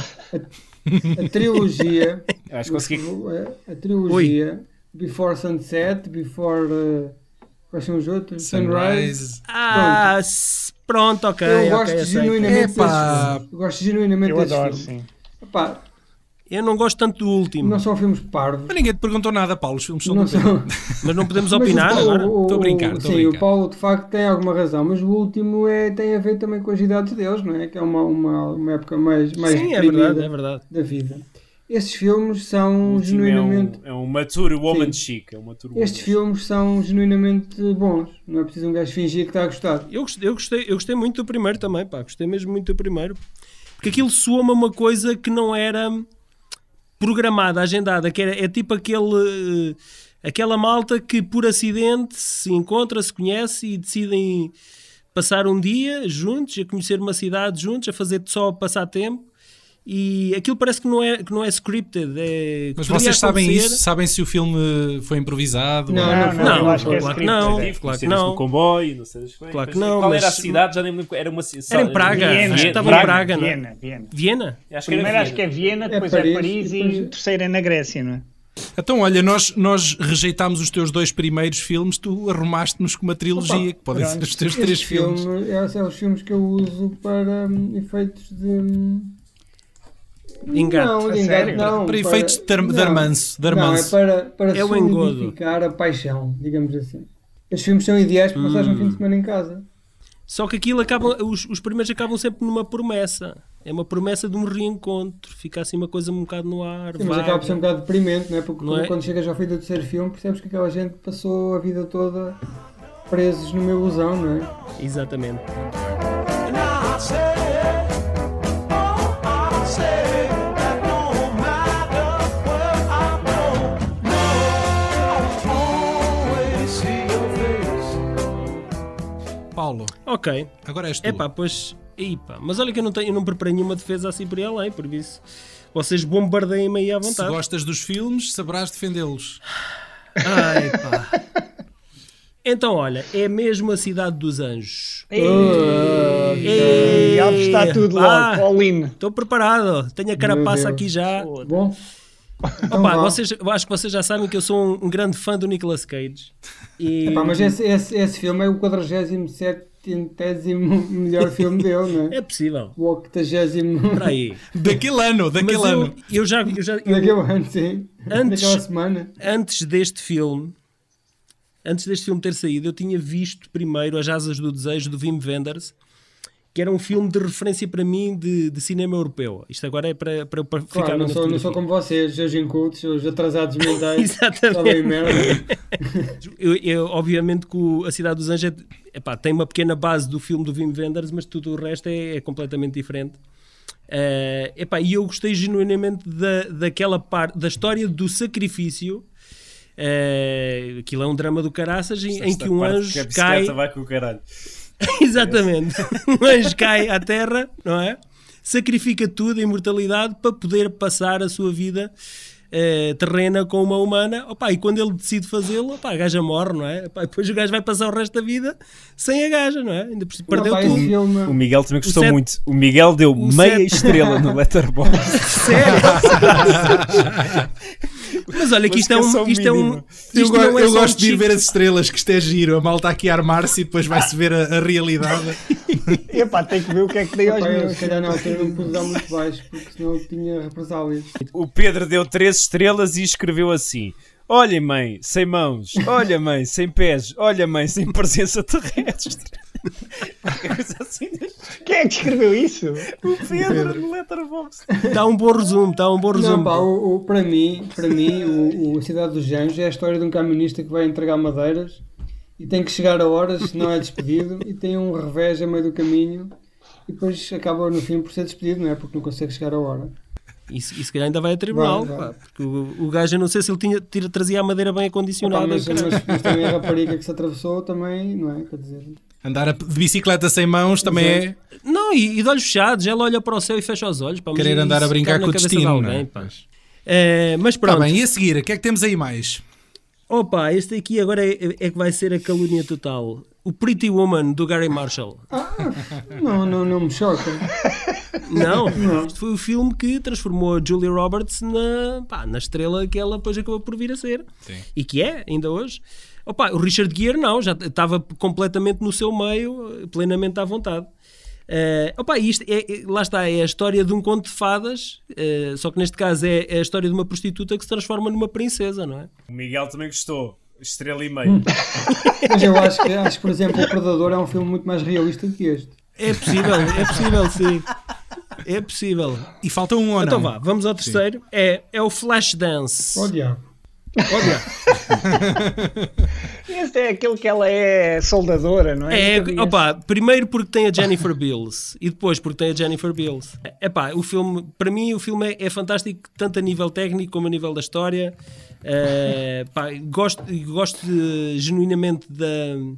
a trilogia. Acho que consegui. A, a trilogia. Before Sunset, Before. Uh, quais são os outros? Sunrise. Sunrise. Ah, s- pronto, ok. Eu ok, gosto aceito. genuinamente Epá. desses filmes. Eu gosto genuinamente Eu desses adoro, filmes. sim. Epá, Eu não gosto tanto do último, não são filmes parvos. Mas ninguém te perguntou nada, Paulo. Os filmes são Não do Pedro. são. mas não podemos Mas opinar o- agora. o- o- Estou a brincar, estou a Sim, brincar. o Paulo de facto tem alguma razão, mas o último é, tem a ver também com as idades deles, não é? Que é uma, uma, uma época mais, mais Sim, é deprimida verdade, é verdade. da vida. Estes filmes O são último genuinamente. É um, é um mature woman Sim. chic. É um mature Estes woman. filmes são genuinamente bons. Não é preciso um gajo fingir que está a gostar. Eu gostei, eu, gostei, eu gostei muito do primeiro também, pá. Gostei mesmo muito do primeiro. Porque aquilo soa-me uma coisa que não era programada, agendada. Que era, é tipo aquele, eh, aquela malta que por acidente se encontra, se conhece e decidem passar um dia juntos, a conhecer uma cidade juntos, a fazer só passar tempo. E aquilo parece que não é, que não é scripted. É, Mas poderia vocês sabem acontecer. isso? Sabem se o filme foi improvisado? Não, ou- Não, não, Não, eu acho que é claro que scripted. não. É. Tive, Claro que conheceram-se não. no comboio, não sei das coisas. Claro que Depois, não, Qual mas- era a cidade? Já nem me lembro. Era uma ci- Era em Praga. Viena, Estava em Praga, Praga, não é? Viena, Viena. Viena? Acho que era Primeiro acho que Viena. é Viena, depois Paris, é Paris e e depois- o terceiro é na Grécia, não é? Então, olha, nós, nós rejeitámos os teus dois primeiros filmes, tu arrumaste-nos com uma trilogia, Opa, que podem ser pronto. os teus Este três filme, filmes. esses são os filmes que eu uso para hum, efeitos de. hum, Engate. Não, de A engate sério? não. Para efeitos de ar- de armanço, de Não, é armanço. para, para É o engodo. solidificar a paixão, digamos assim. Estes filmes são ideais para passar um fim de semana em casa. Só que aquilo acaba, os, os primeiros acabam sempre numa promessa. É uma promessa de um reencontro. Fica assim uma coisa um bocado no ar. Sim, mas vaga. acaba por ser um bocado deprimente, não é? Porque Não é? quando chegas ao fim do terceiro filme percebes que aquela gente passou a vida toda presos numa ilusão, não é? Exatamente. Paulo, Ok. agora és tu. É pá, pois. Epa. Mas olha que eu não, tenho, eu não preparei nenhuma defesa assim por aí além, por isso. Vocês bombardeiem-me aí à Se vontade. gostas dos filmes, saberás defendê-los. Ai pá. Então olha, é mesmo a Cidade dos Anjos. E Alves está tudo Ah, logo, all in. Estou preparado. Tenho a carapaça Deus. aqui já. Bom, então Opa, vá. vocês, eu acho que vocês já sabem que eu sou um, um grande fã do Nicolas Cage. E... Epá, mas esse, esse, esse filme é o quadragésimo sétimo melhor filme dele, não é? É possível. O octagésimo Espera aí. Daquele ano, daquele Mas eu, ano. eu já, eu já eu- daquele ano, sim. Antes- Daquela semana. antes deste filme, antes deste filme ter saído, eu tinha visto primeiro As Asas do Desejo do Wim Wenders, que era um filme de referência para mim de, de cinema europeu. Isto agora é para, para, para ficar Claro, na não sou, não sou fotografia. como vocês, seus incultos, seus atrasados mentais. Só bem Exatamente. merda. Eu, eu, obviamente que o A Cidade dos Anjos é, epá, tem uma pequena base do filme do Wim Wenders, mas tudo o resto é, é completamente diferente. Uh, epá, e eu gostei genuinamente da, daquela parte da história do sacrifício. Uh, aquilo é um drama do caraças em, em que um anjo que a cai. bicicleta vai com o caralho. Exatamente. Um anjo cai à terra, não é? Sacrifica tudo, a imortalidade, para poder passar a sua vida eh, terrena com uma humana. Opa, e quando ele decide fazê-lo, opa, a gaja morre, não é? Opa, depois o gajo vai passar o resto da vida sem a gaja, não é? Ainda por- perdeu Não, pá, tudo. esse filme- O Miguel também gostou set- muito. O Miguel deu o meia set- estrela no Letterboxd. Sério? Mas olha que Mas isto é que é só um. o Isto é um mínimo. Eu, isto go- não é eu só um gosto de ir chico- ver as estrelas, que isto é giro. A malta aqui a armar-se e depois vai-se ver a, a realidade. Epá, tem que ver o que é que tem aos Pá, eu, meus. se calhar na altura não pude dar muito baixo, porque senão eu tinha represálias. O Pedro deu três estrelas e escreveu assim: Olha, mãe, sem mãos. Olha, mãe, sem pés. Olha, mãe, sem presença terrestre. Assim. Quem é que escreveu isso? O Pedro, no Letterboxd. Está um bom resumo, está um bom resumo. Não, pá, o, o, para mim, para mim o, o A Cidade dos Anjos é a história de um camionista que vai entregar madeiras e tem que chegar a horas, senão é despedido, e tem um revés a meio do caminho e depois acaba no fim por ser despedido, não é? Porque não consegue chegar a hora. Isso, isso calhar ainda vai a tribunal, Vai, vai. pá, porque o, o gajo, eu não sei se ele tinha, tira, trazia a madeira bem acondicionada. Opa, mas, caralho. mas, mas também a rapariga que se atravessou também, não é? Quer dizer... Andar a- de bicicleta sem mãos também é Não, e, e de olhos fechados, ela olha para o céu e fecha os olhos. Pá, mas querer isso andar a brincar cai na com o cabeça de destino. alguém, não é? pá. Pois. É, mas Tá pronto, bem, e a seguir, o que é que temos aí mais? opa, este aqui agora é, é que vai ser a calúnia total. O Pretty Woman, do Gary Marshall. Não, não, não me choca. Não, este foi o filme que transformou a Julia Roberts na, pá, na estrela que ela depois acabou por vir a ser. Sim. E que é, ainda hoje. Opa, o Richard Gere não, já estava completamente no seu meio, plenamente à vontade. Uh, opa, isto é, é- lá está, é a história de um conto de fadas, uh, só que neste caso é, é a história de uma prostituta que se transforma numa princesa, não é? O Miguel também gostou. Estrela e meio. Mas eu acho que, acho que, por exemplo, O Predador é um filme muito mais realista do que este. É possível, é possível, sim. É possível. E falta um ou Então não? vá, vamos ao terceiro. É, é o Flashdance. Ó diabo. Olha, Este é aquele que ela é soldadora, não é? é, Nunca vi opa, primeiro porque tem a Jennifer Beals e depois porque tem a Jennifer Beals. Epá, o filme, para mim o filme é, é fantástico tanto a nível técnico como a nível da história. Eh, pá, gosto, gosto de- genuinamente da,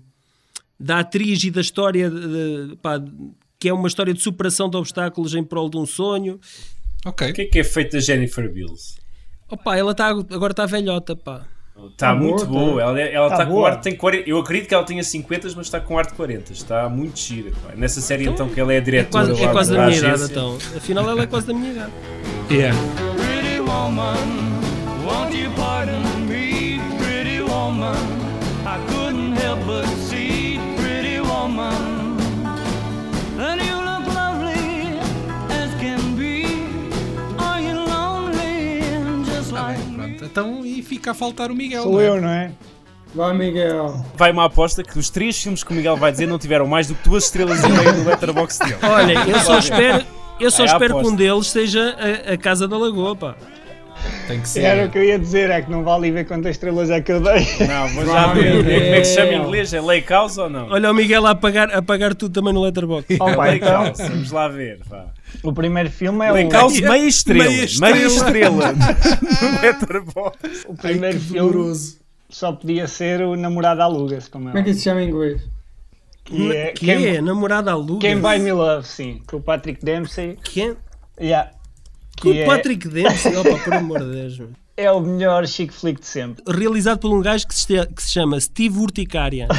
da atriz e da história de- de- pá, que é uma história de superação de obstáculos em prol de um sonho. Ok. O que é que é feito da Jennifer Beals? Opa, ela tá, agora está velhota, pá. Está Tá muito boa, boa. Ela ela Tá está com boa. arte, tem quarenta. Eu acredito que ela tenha cinquenta, mas está com arte de quarenta. Está muito gira. Pá. Nessa série, então, que ela é a É diretora. quase, é lá quase da da minha idade, agência. então. Afinal, ela é quase da minha idade. Yeah. Pretty woman, won't you pardon me, pretty woman? I couldn't help but see, pretty woman, that you look lovely as can be. Are you lonely, just Tá like bem, pronto. Então, e fica a faltar o Miguel. Sou não é? eu, não é? Vai, Miguel. Vai uma aposta que os três filmes que o Miguel vai dizer não tiveram mais do que duas estrelas e meia no Letterboxd dele. Olha, eu só espero, eu só É a espero que aposta. um deles seja a, a Casa da Lagoa, pá. Tem que ser. Era o que eu ia dizer, é que não vale ver quantas estrelas é que eu dei. Não, mas já ver. Como é que se chama em inglês? É Lake House ou não? Olha o Miguel a apagar, a apagar tudo também no Letterboxd. Opa, Lake então, House, vamos lá ver. Vá. o primeiro filme é Lake o, House, meia estrela. Meia Meia estrela. estrela. No Letterboxd. o Ai, primeiro que filme. doloroso. Só podia ser o Namorado Aluga-se, como é. Como é que isso se chama em inglês? Que é Que Quem, é? Namorada aluga. Quem Buy Me Love, sim. Com o Patrick Dempsey. Quem? Yeah. Com Que o Patrick Dempsey. Opa, por amor de Deus. meu. é, é o melhor chick flick de sempre. Realizado por um gajo que se, este- que se chama Steve Urticária.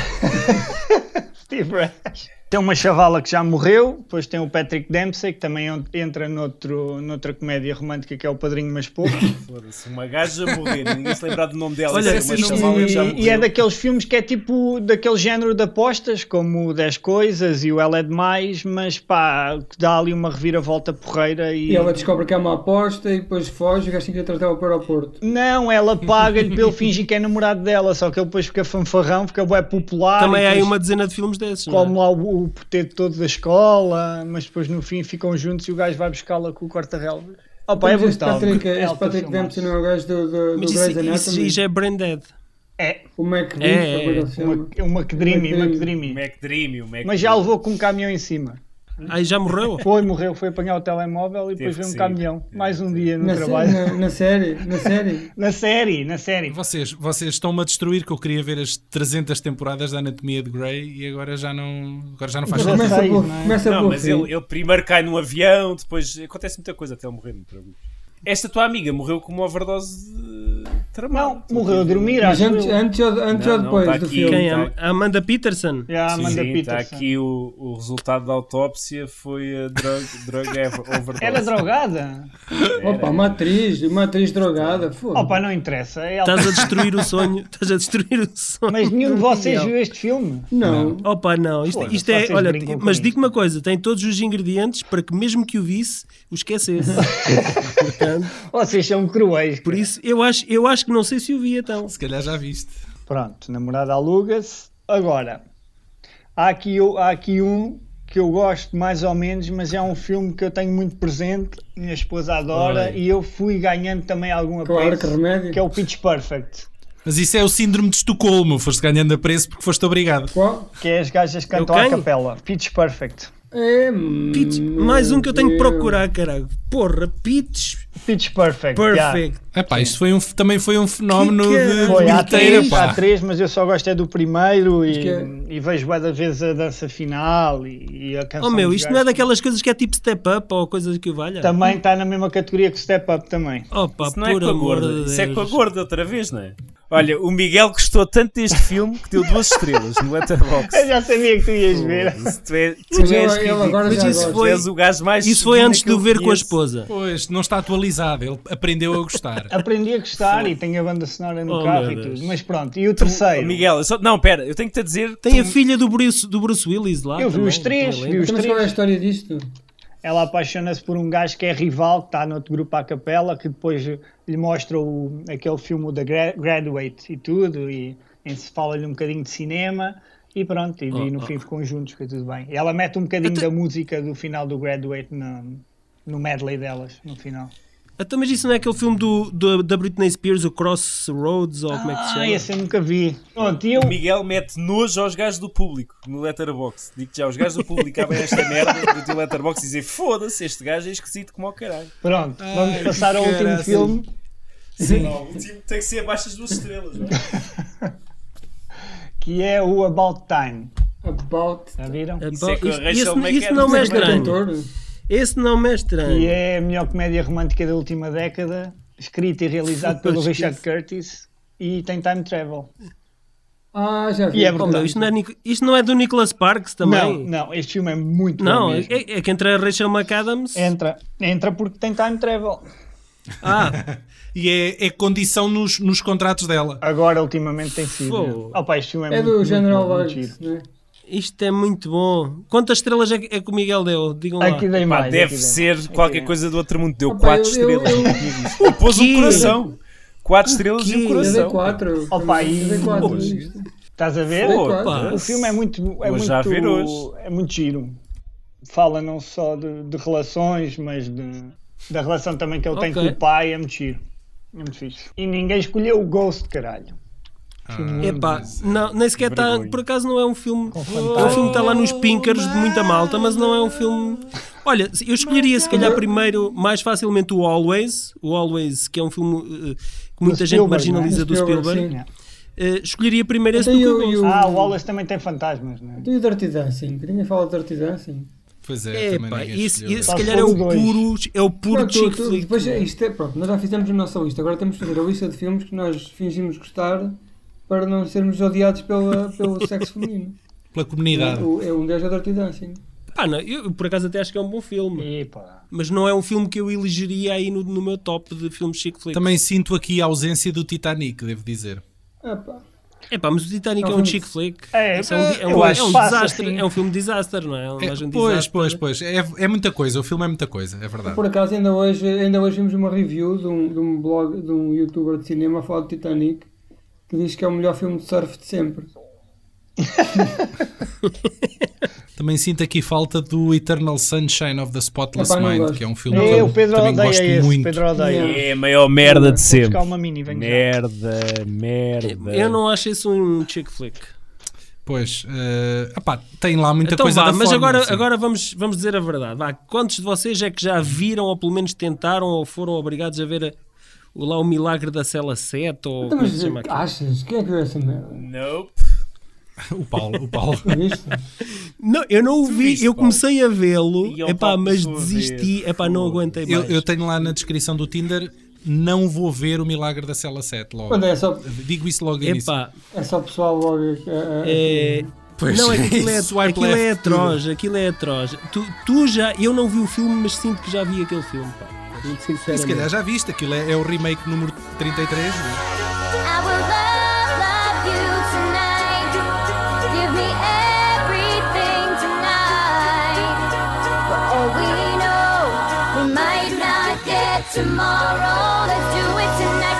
Steve Rash. Tem uma chavala que já morreu, depois tem o Patrick Dempsey, que também en- entra noutro, noutra comédia romântica que é O Padrinho Mas Pouco. Foda-se, uma gaja a morrer, ninguém se lembrar do nome dela. Olha, Isso é esse uma não- chavala que já E, morreu. e é daqueles filmes que é tipo daquele género de apostas, como o dez Coisas e o Ela é Demais, mas pá, que dá ali uma reviravolta porreira e... E ela descobre que é uma aposta e depois foge e o gajo tem que ir atrás dela para o aeroporto. Não, ela paga-lhe para ele fingir que é namorado dela, só que ele depois fica fanfarrão, fica bué popular. Também e há aí depois uma dezena de filmes desses. não é? come lá o, o poteto todo da escola, mas depois no fim ficam juntos e o gajo vai buscá-la com o corta-relvas. Opa, é Mas este brutal. Patrick, É este alta Patrick filmagem. Dempsey não é o gajo do, do, do Mas Grey's isso, isso, Anatomy? já é brain dead. É, O McBeef, É, ou como é que ele se uma, chama? uma McDreamy, uma O McDreamy. McDreamy, o McDreamy. Mas já levou com um caminhão em cima. Aí já morreu. Foi, morreu, foi apanhar o telemóvel e Teve depois veio um que caminhão. sair. Mais um dia no Na, sé- trabalho. na, na série, na série. Na série, na série. Vocês, vocês estão-me a destruir que eu queria ver as trezentas temporadas da Anatomia de Grey e agora já não, agora já não faz Mas sentido. Começa seis, pelo, não é? começa Não, pelo mas fim. ele, ele primeiro cai no avião, depois acontece muita coisa até ele morrer, não te preocupes. Esta tua amiga morreu com uma overdose de tramado. Não, morreu a dormir, Mas acho antes, eu. antes, ou, antes Não, ou não, depois tá do aqui. filme? Quem? Tá. A Amanda Peterson? Já, Sim, Amanda sim, está Peterson. aqui o, o resultado da autópsia foi a drug, drug overdose. Era drogada? Opa, uma atriz, uma atriz drogada. Foda. Opa, não interessa. É ela- Estás a destruir o sonho. Estás a destruir o sonho. Mas nenhum de vocês viu este filme? Não. Opa, não. Isto, Foda-se, isto é. vocês Olha, brincam com mas isto. digo uma coisa: tem todos os ingredientes para que, mesmo que o visse, o esquecesse. Portanto, Vocês são cruéis. por isso, eu acho, eu acho que não sei se o vi então. Se calhar já viste. Pronto, Namorada aluga-se. Agora, há aqui, há aqui um que eu gosto mais ou menos, mas é um filme que eu tenho muito presente, minha esposa adora, Oi. e eu fui ganhando também algum Claro, apreço, que remédio. que é o Pitch Perfect. Mas isso é o síndrome de Estocolmo. Foste ganhando a preço porque foste obrigado. Qual? Que é as gajas que cantam Eu à quem? capela. Pitch Perfect. É, Pitch, meu mais um que eu tenho que Deus. procurar, caralho. Porra, Pitch Pitch Perfect. Perfect. Epá, isto foi um, também foi um fenómeno Que de, caralho. de Foi, há bilheteira, três, pá. há três, mas eu só gosto é do primeiro e, que é- e vejo várias vezes a dança final e, e a canção. Oh meu, dos isto não é gajos. daquelas coisas que é tipo step up ou coisas que o valha? Também está na mesma categoria que o Step Up também. Opa, Isso não é por com a amor gorda, de Deus. isso é com a gorda outra vez, não é? Olha, o Miguel gostou tanto deste filme que deu duas estrelas no Letterboxd. Eu já sabia que tu ias ver. Isso, tu é, tu Mas és ele- ele ridículo. agora Mas já isso gosta. Tu foi- és o gajo mais Isso foi fedina antes que de o eu ver com a conheço. esposa. Pois, não está atualizado. Ele aprendeu a gostar. Aprendi a gostar e tenho a banda sonora no Oh, carro meu e Deus. tudo. Mas pronto, e o terceiro? Miguel, eu só, não, pera, eu tenho que te dizer. Tem a tu- filha do Bruce, do Bruce Willis lá. Eu vi também, os três, também vi lembro. os Mas qual é a três. história disto? Ela apaixona-se por um gajo que é rival, que está no outro grupo à capela, que depois lhe mostra o, aquele filme o da Gra- Graduate e tudo, e, e se fala-lhe um bocadinho de cinema, e pronto, e, Oh, e no oh. fim ficam juntos, foi tudo bem. E ela mete um bocadinho Até- da música do final do Graduate no, no medley delas, no final. Então, mas isso não é aquele filme do, do- da Britney Spears, o Crossroads, ou como é que se chama? Ah, esse eu nunca vi. Pronto, e eu... O Miguel mete nojo aos gajos do público no Letterboxd. Digo já, os gajos do público abrem esta merda do teu Letterboxd e dizem foda-se, este gajo é esquisito como ao caralho. Pronto, vamos Ai, passar ao que último caraças. filme. Não, o último tem que ser abaixo das duas estrelas. Não é? Que é o About Time. About Já viram? É Isso bom, é com a isto- Rachel esse, McAdams. isso não me é Mas é estranho. cantor. Esse não me é estranho. E é a melhor comédia romântica da última década, escrita e realizada pelo Pois, Richard isso. Curtis, e tem time travel. Ah, já vi. E é Oh, verdade. meu, isto, não é, Nic- isto não é do Nicholas Sparks também? Não, não, este filme é muito Não, bom é, mesmo. é que entre a Rachel McAdams. Entra, entra porque tem time travel. Ah, E é, é condição nos, nos contratos dela. Agora, ultimamente, tem sido. Fogo. Opa, este filme é, É muito, do muito General bom, muito Lodge, giro. né? isto é muito bom. Quantas estrelas é que, é que o Miguel deu? Digam lá. Aqui dei Pá, mais. deve aqui dei ser mais. qualquer Aqui coisa do outro mundo. Deu Opa, quatro eu- eu- estrelas. eu- E pôs um quê? coração. quatro estrelas e quê? um Eu dei coração. quatro. Opa, Eu dei e- quatro. Pois. isto. Estás a ver? Pô, Opa. O filme é muito, é Vou já ver muito, hoje. é muito giro. Fala não só de, de relações, mas de, da relação também que ele tem Ok. com o pai. É muito giro. É muito fixe. E ninguém escolheu o Ghost, caralho. Epá, não, nem sequer está. Vergonha. Por acaso não é um filme. Com O fantasma. filme está lá nos pinkers de muita malta, mas não é um filme. Olha, eu escolheria se calhar primeiro, mais facilmente, o Always. O Always, que é um filme eh, que muita gente Spielberg, marginaliza não é? do Spielberg, Spielberg. sim. Eh, escolheria primeiro esse Então do que e o o- e Ghost. o- Ah, o Wallace também tem fantasmas, não é? Então e o Dirty Dancing? Que ninguém fala de Dirty Dancing. Pois é, também Epá, ninguém isso, escolheu. isso Só se se calhar é for o o dois. puro, é o puro Não, tu- chick tu- flick. depois é- isto é, pronto, nós já fizemos a nossa lista, agora temos que fazer a lista de filmes que nós fingimos gostar para não sermos odiados pela, pelo sexo feminino. Pela comunidade. O, é um deles é o Dirty Dancing. Ah, não, eu por acaso até acho que é um bom filme. E pá. Mas não é um filme que eu elegeria aí no, no meu top de filmes chick flick. Também sinto aqui a ausência do Titanic, devo dizer. Ah, pá. É pá, mas o Titanic É é um um filme- chick flick. É, Isso é um, é um, eu é acho um que passa desastre. assim. É um filme de desastre, não é? É um É, gajo um pois, desastre. pois, pois. É, é muita coisa. O filme é muita coisa, é verdade. Por acaso, ainda hoje, ainda hoje vimos uma review de um, de um blog, de um youtuber de cinema a falar de Titanic, que diz que é o melhor filme de surf de sempre. Também sinto aqui falta do Eternal Sunshine of the Spotless Epá, não Mind, gosto. que é um filme que É, eu o Pedro também odeia gosto esse. muito. Pedro odeia. Yeah. É a maior merda de Vou sempre. buscar uma mini, venho já. Merda, merda. Eu não acho isso um chick flick. Pois, eh, epá, tem lá muita Então coisa vá, da mas fórmula, agora, sim. agora vamos, vamos dizer a verdade. Vá, quantos de vocês é que já viram ou pelo menos tentaram ou foram obrigados a ver a- o, lá o Milagre da Cela sete ou Então, como é que mas se chama aquilo? achas? Quem é que viu essa merda? Nope. O Paulo, o Paulo. Viste? Não, eu não o vi, viste, eu Paulo? comecei a vê-lo, E ao epá, Paulo mas começou a desisti, ver. epá, não aguentei eu, mais. eu tenho lá na descrição do Tinder, não vou ver o Milagre da Cela sete logo. Quando é só, Digo isso logo no início. Epá, é só pessoal logo. a- a- é... Pois, Não, é que aquilo é, swipe aquilo é left, tudo. atroz, aquilo é atroz. Tu, tu já, eu não vi o filme, mas sinto que já vi aquele filme, pá. Muito E se sinceramente. calhar já viste, aquilo é, é o remake número trinta e três. I will love, love you tonight. Give me everything tonight. For all we know, we might not get tomorrow. Let's do it tonight. Forget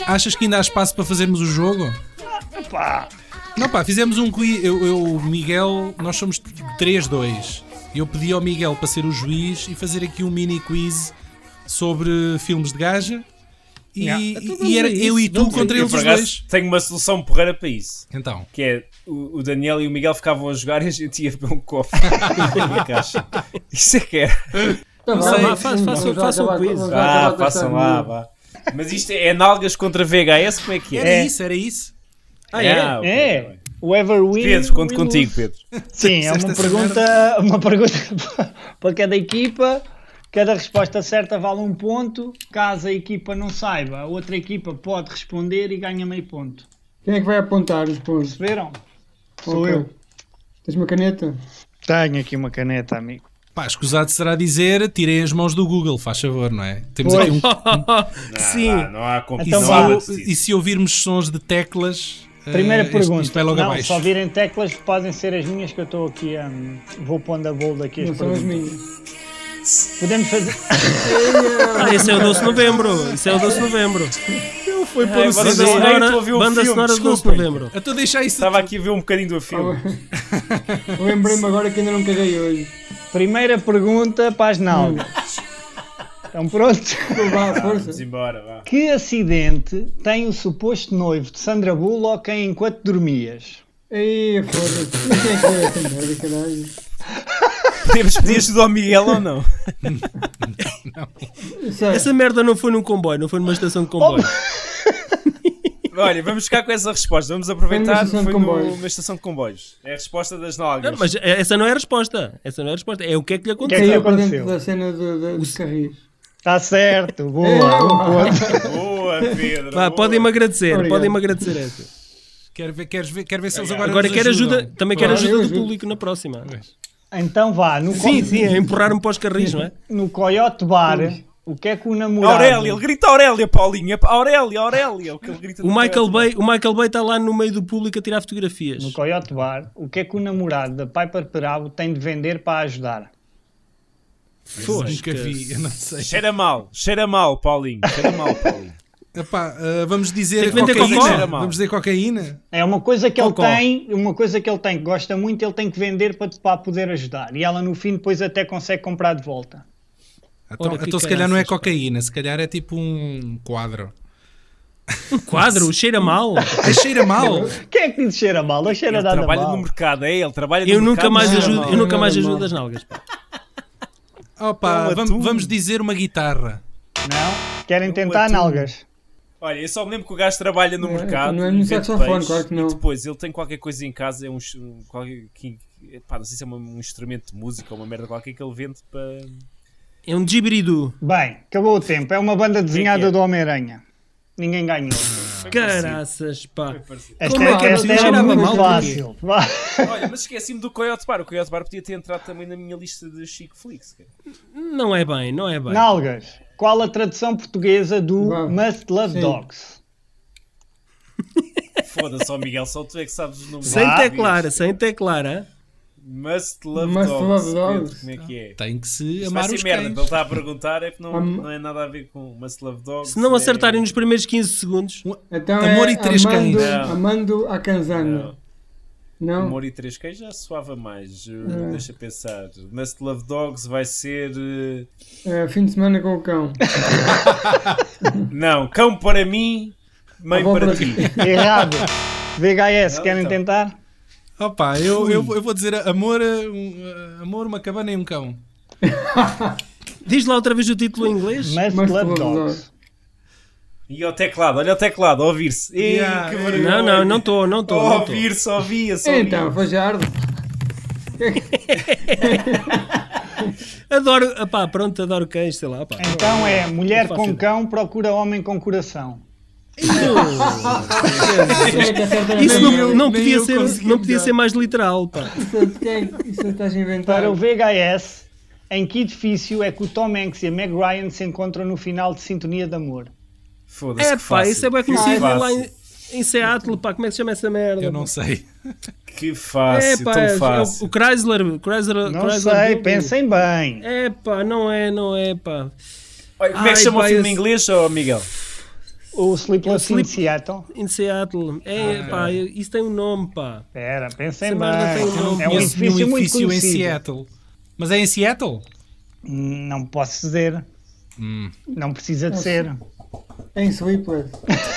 Achas que ainda há espaço para fazermos o jogo? Pá, Não pá, fizemos um quiz. Eu, eu, o Miguel, nós somos três dois. Eu pedi ao Miguel para ser o juiz e fazer aqui um mini quiz sobre filmes de gaja. E, Yeah. e- Então e vamos era a isso, eu e tu vamos a contra Eu, eles por os acaso, dois. tenho uma solução porreira para isso. Então, Que é, o, o Daniel e o Miguel ficavam a jogar e a gente ia beber um copo na caixa. Isso é que é. Então, sei, vá, faça- vamos faça- já faça um acabar- quiz. vamos já Ah, acabar com façam esta lá, merda. vá. Mas isto é, é nalgas contra V H S? Como é que era é? isso, era isso. Ah, é? Ah, ok, é. tá bem. O Ever Win. Pedro, conto will contigo, lose. Pedro. Sim, é uma Disseste essa pergunta, uma pergunta para cada equipa. Cada resposta certa vale um ponto. Caso a equipa não saiba, a outra equipa pode responder e ganha meio ponto. Quem é que vai apontar os pontos? Perceberam? Sou Ok. eu. Tens uma caneta? Tenho aqui uma caneta, amigo. Pá, escusado será dizer, tirem as mãos do Google, faz favor, não é? Temos Pois. aqui um. Sim. Não, não há como. Então e, não há vá. se, antes disso. e se ouvirmos sons de teclas. Primeira eh, isto- pergunta. Isto vai logo não, abaixo. só virem teclas podem ser as minhas que eu estou aqui a. Vou pondo a bold aqui as Não são as perguntas. minhas. Podemos fazer. Ah, esse é o doze de novembro. Esse é o doze de novembro. Foi É, pôr o vocês Banda não- C D. nem sonora, estou a ver o banda filme, sonora de doze de desculpem. novembro. Eu estou a deixar isso. Estava aqui a ver um bocadinho do filme. Lembrei-me agora que ainda não caguei hoje. Primeira pergunta para as nalgas. Estão prontos? Então vá, Vamos força. embora, vá. Que acidente tem o suposto noivo de Sandra Bullock em Enquanto Dormias? Ei, foda-se. Quem é que é essa merda, caralho? Podemos pedir ajuda ao Miguel ou não? Sei. Essa merda não foi num comboio, não foi numa estação de comboio. Olha, vamos ficar com essa resposta. Vamos aproveitar. Foi numa estação Foi de comboios. numa estação de comboios. É a resposta das nalgas. Não, mas essa não é a resposta. Essa não é a resposta. É o que é que lhe que aconteceu. é Caiu para aconteceu? dentro da cena do- do- dos carris. Está certo, boa. É, um vá. ponto. Boa, Pedro. Vá, boa. podem-me agradecer. Obrigado. Podem-me agradecer essa. Quero ver, queres ver, quero ver se eles agora. Agora nos quero ajuda. ajudam. Também quero Claro, ajuda eu do ajudo. público na próxima. Então vá, no, co- Sim, sim, a empurrar-me para os carris, não é? no Coyote Bar, o que é que o namorado... Aurélia, ele grita Aurélia, Paulinha. Aurélia, Aurélia. O que ele grita O no Michael teatro. Bay, o Michael Bay está lá no meio do público a tirar fotografias. No Coyote Bar, o que é que o namorado da Piper Perabo tem de vender para ajudar? Fosca. Nunca vi, eu não sei. Cheira mal, cheira mal, Paulinho. Cheira mal, Paulinho. Epá, ah, vamos dizer Tem que vender cocaína. cocó. Vamos dizer cocaína. É uma coisa que ele Cocó. tem, uma coisa que ele tem que gosta muito, ele tem que vender para, para poder ajudar. E ela no fim depois até consegue comprar de volta. Então, Ora, que então se calhar não é caraças, pá. cocaína, se calhar é tipo um quadro. Um quadro, cheira mal. Ai, cheira mal. Quem é que diz cheira mal? Não cheira Ele nada trabalha mal. no mercado, é ele trabalha no Eu mercado. nunca mais não, ajudo, não, eu nunca não, mais não, ajudo não. as nalgas. Pá. Opa, É um vamos, atum. vamos dizer uma guitarra. Não? Querem Um tentar atum. nalgas? Olha, eu só me lembro que o gajo trabalha no Não é- mercado. não é no vende saxofone, peixe, claro que não. E depois ele tem qualquer coisa em casa, é um, um qualquer, que, pá, não sei se é uma- um instrumento de música ou uma merda qualquer que ele vende para. É um djibiridu. Bem, acabou o tempo. É uma banda desenhada é? do Homem-Aranha. Ninguém ganhou. Caraças, pá. Esta, Como é que é esta possível? era Cheirava muito mal, fácil. Vá. Olha, mas esqueci-me do Coyote Bar. O Coyote Bar podia ter entrado também na minha lista de Chico Flix. cara. Não é bem, não é bem. Nalgas. Qual a tradução portuguesa do Vá. Must Love Sim. Dogs? Foda-se, ó Miguel, só tu é que sabes os nomes. Sem Vá. teclar, sem teclar, hein? Must Love Must Dogs. Love Dogs. Pedro, como é que é? Tem que se Isto vai amar ser os merda. cães. Ele está a perguntar, é que não, Am- não é nada a ver com Must Love Dogs. Se não é- acertarem nos primeiros quinze segundos, Então Amor é e três Amando, cães. Não. Amando a Canzana. Não? Amor e Três Queijos já soava mais. Uh, É. Deixa pensar. Must Love Dogs vai ser. uh, É, fim de semana com o cão. Não, Cão para mim, Mãe Avó para para ti. Errado. V H S, Não, querem então. tentar? Opa, eu, eu, eu vou dizer amor, um, amor, uma cabana e um cão. diz lá outra vez o título em inglês. Must, Must Love Love Dogs. Dogs. E ao teclado, olha o teclado, a ouvir-se. Ei, Yeah, que é. vergonha. Não, não, não estou, não estou. A não estou. ouvir-se, ouvia-se. Então, Fajardo. Adoro, epá, pronto, adoro cães, sei lá, pá. Então é mulher Não faço com ideia. cão procura homem com coração. Quem é que acerta Isso na não, minha? não nem podia, eu ser, consegui não podia melhor. ser mais literal, pá. Isso, quem, isso estás a inventar. Para o V H S, em que edifício é que o Tom Hanks e a Meg Ryan se encontram no final de Sintonia de Amor? Foda-se. É que pá, fácil. isso é bem Que conhecido fácil. lá em, em Seattle, pá. Como é que se chama essa merda? Eu não sei. Que fácil, é pá, tão é o- fácil. o Chrysler, Chrysler, Não Chrysler sei, Building. pensem bem. É pá, não é, não é, pá. Olha, como é que Ai, chama pá, o filme em esse- inglês, oh, Miguel? O Sleepless É o in Sleep- Seattle. In Seattle. É, pá, isso tem um nome, pá. Espera, pensem Essa merda tem um bem. nome. É um Conheço edifício nenhum muito edifício em conhecido. Seattle. Mas é em Seattle? Não posso dizer. Hum. Não precisa de ser. Em Sleepless.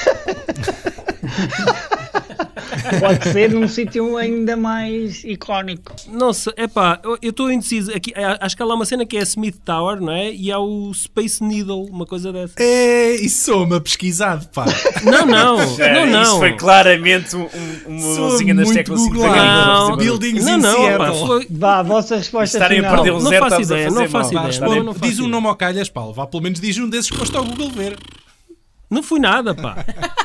Pode ser num sítio ainda mais icónico. Nossa, é pá, eu estou indeciso. Aqui, é, acho que há lá uma cena que é a Smith Tower, não é? E há o Space Needle, uma coisa dessa. É, isso sou-me pesquisado, pá. Não, não, Já, não, não. Isso foi claramente um, um, uma Sou música das muito teclas googlado. Não, Buildings não, in não, Seattle. pá, foi- Vá, a vossa resposta Estarem a final. perder o Não zero, faço estamos a ideia, fazer não faço mal. Vá, ideia. responde. não, não faço Diz um ideia. nome ao calhas, Paulo. Vá, pelo menos diz um desses que foste ao Google ver. Não fui nada, pá.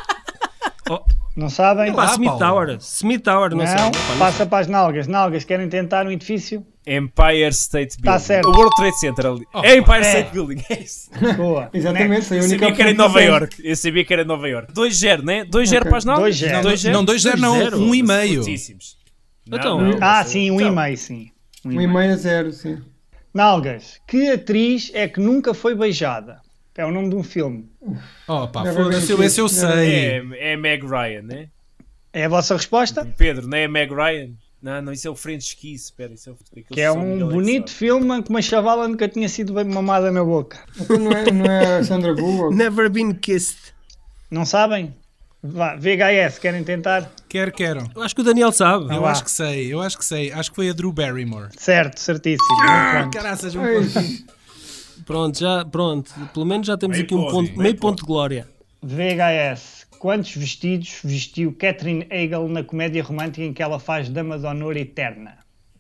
Oh, Não sabem? pá, Ah, Smith Paulo. Tower. Smith Tower, não, Não, sei. Pá, não passa para as nalgas. Nalgas, querem tentar um edifício? Empire State Building. Tá certo. O World Trade Center ali. Oh, é Empire é. State Building, é isso. Boa. Exatamente, foi a Eu única sabia que era em opção Nova que York. Eu sabia que era em Nova York. dois zero, né? dois zero Ok. para as nalgas? dois zero. Não, dois zero? não, dois zero, não, zero. um e meio. Fortíssimos. Então. Ah, não sei. sim, um Então, e-mail, sim. Um Um e-mail. e-mail a zero, sim. Nalgas, que atriz é que nunca foi beijada? É o nome de um filme. Oh, pá, Never foda-se, been eu- esse eu kissed. sei. É, é Meg Ryan, né? É a vossa resposta? Pedro, não é Meg Ryan? Não, não, isso é o French Kiss. Espera, isso é o... aquele Que é som um Miguel bonito sabe. filme em que uma chavala nunca tinha sido bem mamada na boca. Então não é, não é a Sandra Bullock? Never been kissed. Não sabem? Vá, V H S, querem tentar? Quero, quero. Eu acho que o Daniel sabe. Eu vá. acho que sei, eu acho que sei. Acho que foi a Drew Barrymore. Certo, certíssimo. Ah, Muito bom. caraças, um Ai, pontinho. Pronto, já, pronto. Pelo menos já temos Meio aqui um ponto, ponto, meio meio ponto. ponto de glória. V H S. Quantos vestidos vestiu Catherine Hagel na comédia romântica em que ela faz Dama de Honor Eterna?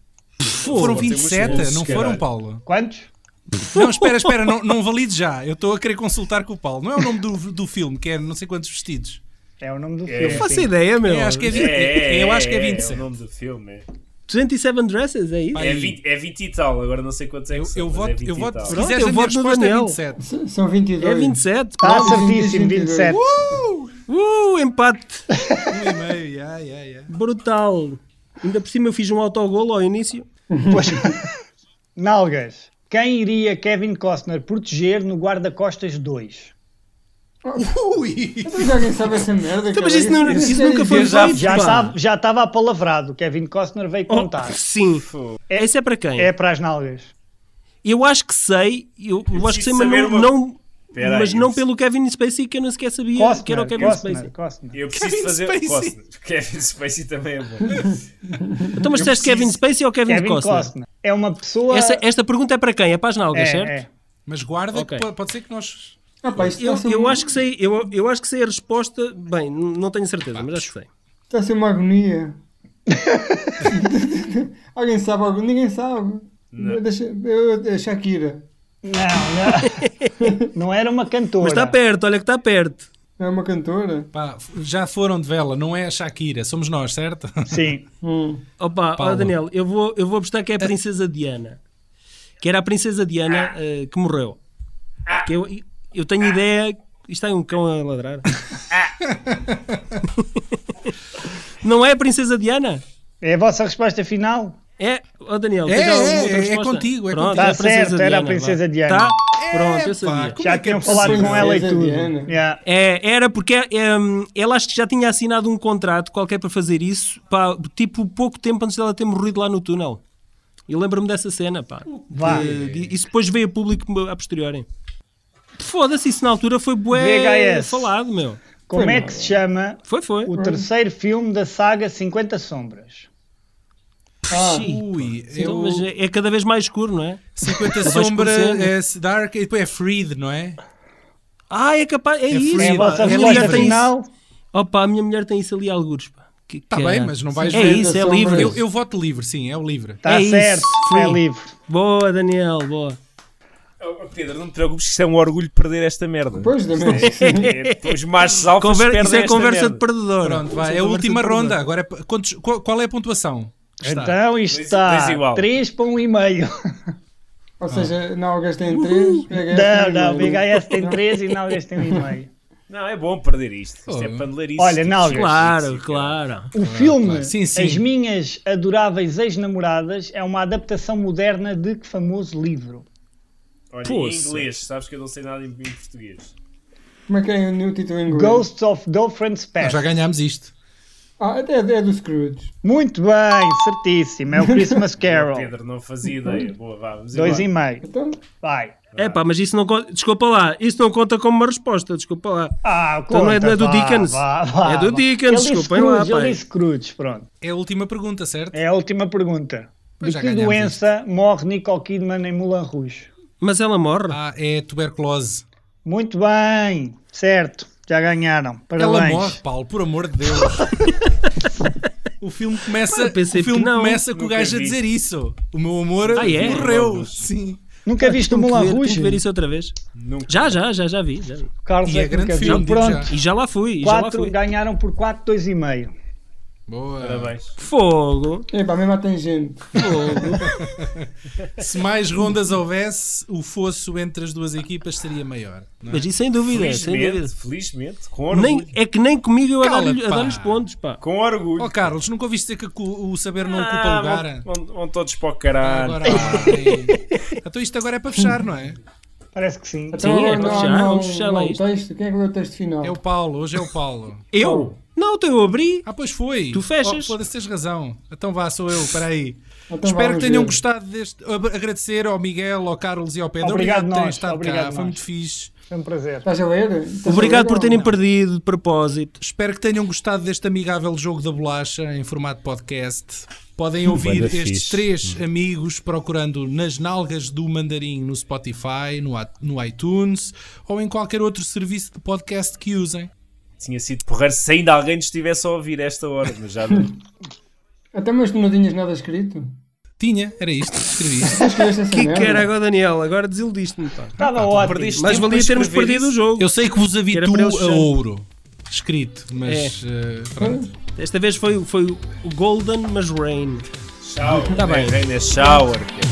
Foram Pode ter vinte e sete, muitos não bolsos, foram, caralho. Paulo? Quantos? Não, espera, espera, não, não valide já. Eu estou a querer consultar com o Paulo. Não é o nome do, do filme, que é não sei quantos vestidos. É o nome do É. filme. Não faço sim. ideia, meu. É, acho que é É, vinte, é, eu acho que é é, vinte e é o sete. nome do filme. É, vinte e sete Dresses, é isso? Pai. é, vinte, é vinte e tal, agora não sei quantos é que Eu, são, eu mas voto, é vinte eu e voto, tal. se Pronto, quiseres eu a minha voto no resposta é Daniel. vinte e sete. S- São vinte e dois. É vinte e sete. Está pronto. certíssimo, vinte e sete. Uh, empate. Um e meio, yeah, yeah, yeah. Brutal. Ainda por cima eu fiz um autogolo ao início. Pois. Nalgas. Quem iria Kevin Costner proteger no Guarda-Costas dois? Ui! Então já alguém sabe essa merda? Então, mas cara? isso não- Isso- isso nunca foi é- já- feito, Já pá. estava, já estava apalavrado. Kevin Costner veio Oh, contar. sim. É- Esse é para quem? É para as nalgas. Eu acho que sei, eu, eu acho que sei, preciso mas saber não, uma- não, Espera aí, mas eu não preciso- pelo Kevin Spacey, que eu não sequer sabia Costner, que era o Kevin Costner, Spacey. Costner. Eu preciso Kevin fazer Spacey. Costner. Kevin Spacey também é bom. Então, mas Eu disseste Kevin preciso- Spacey ou Kevin, Kevin Costner? Costner. É uma pessoa... Essa- esta pergunta é para quem? É para as nalgas, é, certo? é. Mas guarda, Ok. que po- pode ser que nós... Ah, pá, isto Eu, está a ser eu um- acho que sei, eu, eu acho que sei a resposta. Bem, n- não tenho certeza, mas acho que sei. Está a ser uma agonia. Alguém sabe algo? Ninguém sabe. Deixa, eu, a Shakira. Não, não. Não era uma cantora. Mas está perto, olha que está perto. Não é uma cantora? Pá, já foram de vela, não é a Shakira, somos nós, certo? Sim. Hum. Opa, Paulo. ó Daniel, eu vou, eu vou apostar que é a Princesa Diana. Que era a Princesa Diana eh, que morreu. Que eu, eu tenho ideia. Isto é um cão a ladrar. Não é a Princesa Diana? É a vossa resposta final? É, ó Daniel, É, tens alguma é, outra é resposta? contigo, é Pronto, contigo. é Tá certo, era a vá. Princesa Diana. Tá? Pronto, eu Epá, sabia. como Já é que é tinham falado possível? com ela e Princesa tudo. Diana. Yeah. É, era porque é, ela acho que já tinha assinado um contrato qualquer para fazer isso, pá, tipo pouco tempo antes dela ter morrido lá no túnel. Eu lembro-me dessa cena, pá. Vá. Que- isso depois veio a público a posteriori. Foda-se, isso na altura foi bué V H S. falado, meu. Como Foi é mal. que se chama Foi, foi. o terceiro filme da saga cinquenta Sombras? Ah, Ui, Então, eu... mas é, é cada vez mais escuro, não é? cinquenta Vai Sombra, escurecendo. é Dark, e depois é Freed, não é? Ah, é capaz, é, isso. free, É a pá, vossa A minha resposta mulher tem final? isso. Opa, a minha mulher tem isso ali algures, pá. Que, Está que bem, é- mas não vais É ver. isso, é Sombras. livre. Eu, eu voto livre, sim, é o livre. Está É isso, certo, free. é livre. Boa, Daniel, boa. Oh, Pedro, não te preocupes que isso é um orgulho perder esta merda. pois também. É, os machos alfas Conver- perdem isso é esta conversa merda. de perdedor. Pronto, vai, Isso é a conversa última de perdedor. ronda. Agora, é p- quantos- qual, qual é a pontuação? Está. Então isto Dois- está dois igual. três para um e meio. Ou seja, Nalgas tem três. Não, não, V H S tem três e Nalgas tem um e meio. Não, é bom perder isto. Isto é Oh. panelarice. Olha, Tipo, não, chega, Claro, chega, claro. O filme claro. Sim, sim. As Minhas Adoráveis Ex-Namoradas é uma adaptação moderna de que famoso livro? Olha, em Poça. inglês, sabes que eu não sei nada em, em português. Como é que é o título em inglês? Ghosts of Girlfriend's Nós Past. já ganhámos isto. Ah, até é do Scrooge. Muito bem, certíssimo. É o Christmas Carol. Pedro, não fazia ideia. Boa, vá, vamos Dois e embora. meio. Então, Vai. É pá, mas isso não conta. Desculpa lá, isso não conta como uma resposta, desculpa lá. Ah, Então não é- conta, não é do vá, Dickens? vá, vá, É do vá. Dickens, Ele disse desculpem lá, Scrooge, pai. Ele disse Scrooge, pronto. É a última pergunta, certo? É a última pergunta. Pois De já que ganhámos doença morre Nicole Kidman em Moulin Rouge? Mas ela morre. Ah, é tuberculose. Muito bem, certo. Já ganharam. Parabéns. Ela morre, Paulo, por amor de Deus. O filme começa, Ah, pensei o filme que não. começa com o Nunca gajo a vi. dizer isso. O meu amor Ah, é? morreu. Sim. Nunca viste o Tenho que Moulin ver, tenho Rouge? que ver isso outra vez. Nunca. Já, já, já, já vi. Já vi. Carlos E é é que grande nunca filme, viu. digo Pronto, já. E já lá fui, e já lá quatro, fui. ganharam por quatro, dois e meio. Boa. Parabéns. Fogo, epá, mesmo tem gente. fogo. Se mais rondas houvesse, o fosso entre as duas equipas seria maior. Não é? Mas isso sem dúvida, sem dúvida. Felizmente, felizmente, com orgulho. Nem, é que nem comigo eu a Cala-te, dar-lhe a pá. dar-lhes pontos, pá. Com orgulho. Oh Carlos, nunca ouviste dizer que cu- o saber não ocupa Ah, lugar? vão, vão, vão todos para o Ah, caralho. agora, ai. Então isto agora é para fechar, não é? Parece que sim. Então, Sim, é agora para não- fechar, não- vamos fechar lá não, o isto. texto. Quem é que leu o texto final? É o Paulo, hoje é o Paulo. Eu? Não, então eu abri. Ah, pois foi. Tu fechas? Oh, foda-se, tens razão. Então vá, sou eu, espera aí. Então Espero vamos que tenham ver. gostado deste. ab- Agradecer ao Miguel, ao Carlos e ao Pedro. Obrigado por terem nós, estado obrigado cá. Foi nós. muito fixe. Foi um prazer. Estás a ler? Estás a Obrigado ler por ou terem não? perdido de propósito. Espero que tenham gostado deste amigável jogo da bolacha em formato podcast. Podem ouvir Bué da estes fixe. três amigos procurando nas nalgas do Mandarim no Spotify, no, a- no iTunes ou em qualquer outro serviço de podcast que usem. Tinha sido porreiro se ainda alguém nos estivesse a ouvir a esta hora, mas já não. Até mas tu não tinhas nada escrito? Tinha, era isto, escrevi isto. Tu escreveste essa Que que merda? era agora, Daniel? Agora desiludiste-me, pá. Estava ótimo. perdeste Mas tempo valia para termos escrever perdido o isso. jogo. Eu sei que vos Era para habituo eles a fecharem. ouro escrito, mas eh, pronto. Desta vez foi, foi o Golden, mas Rain. Shower. Tá bem. Rain é shower.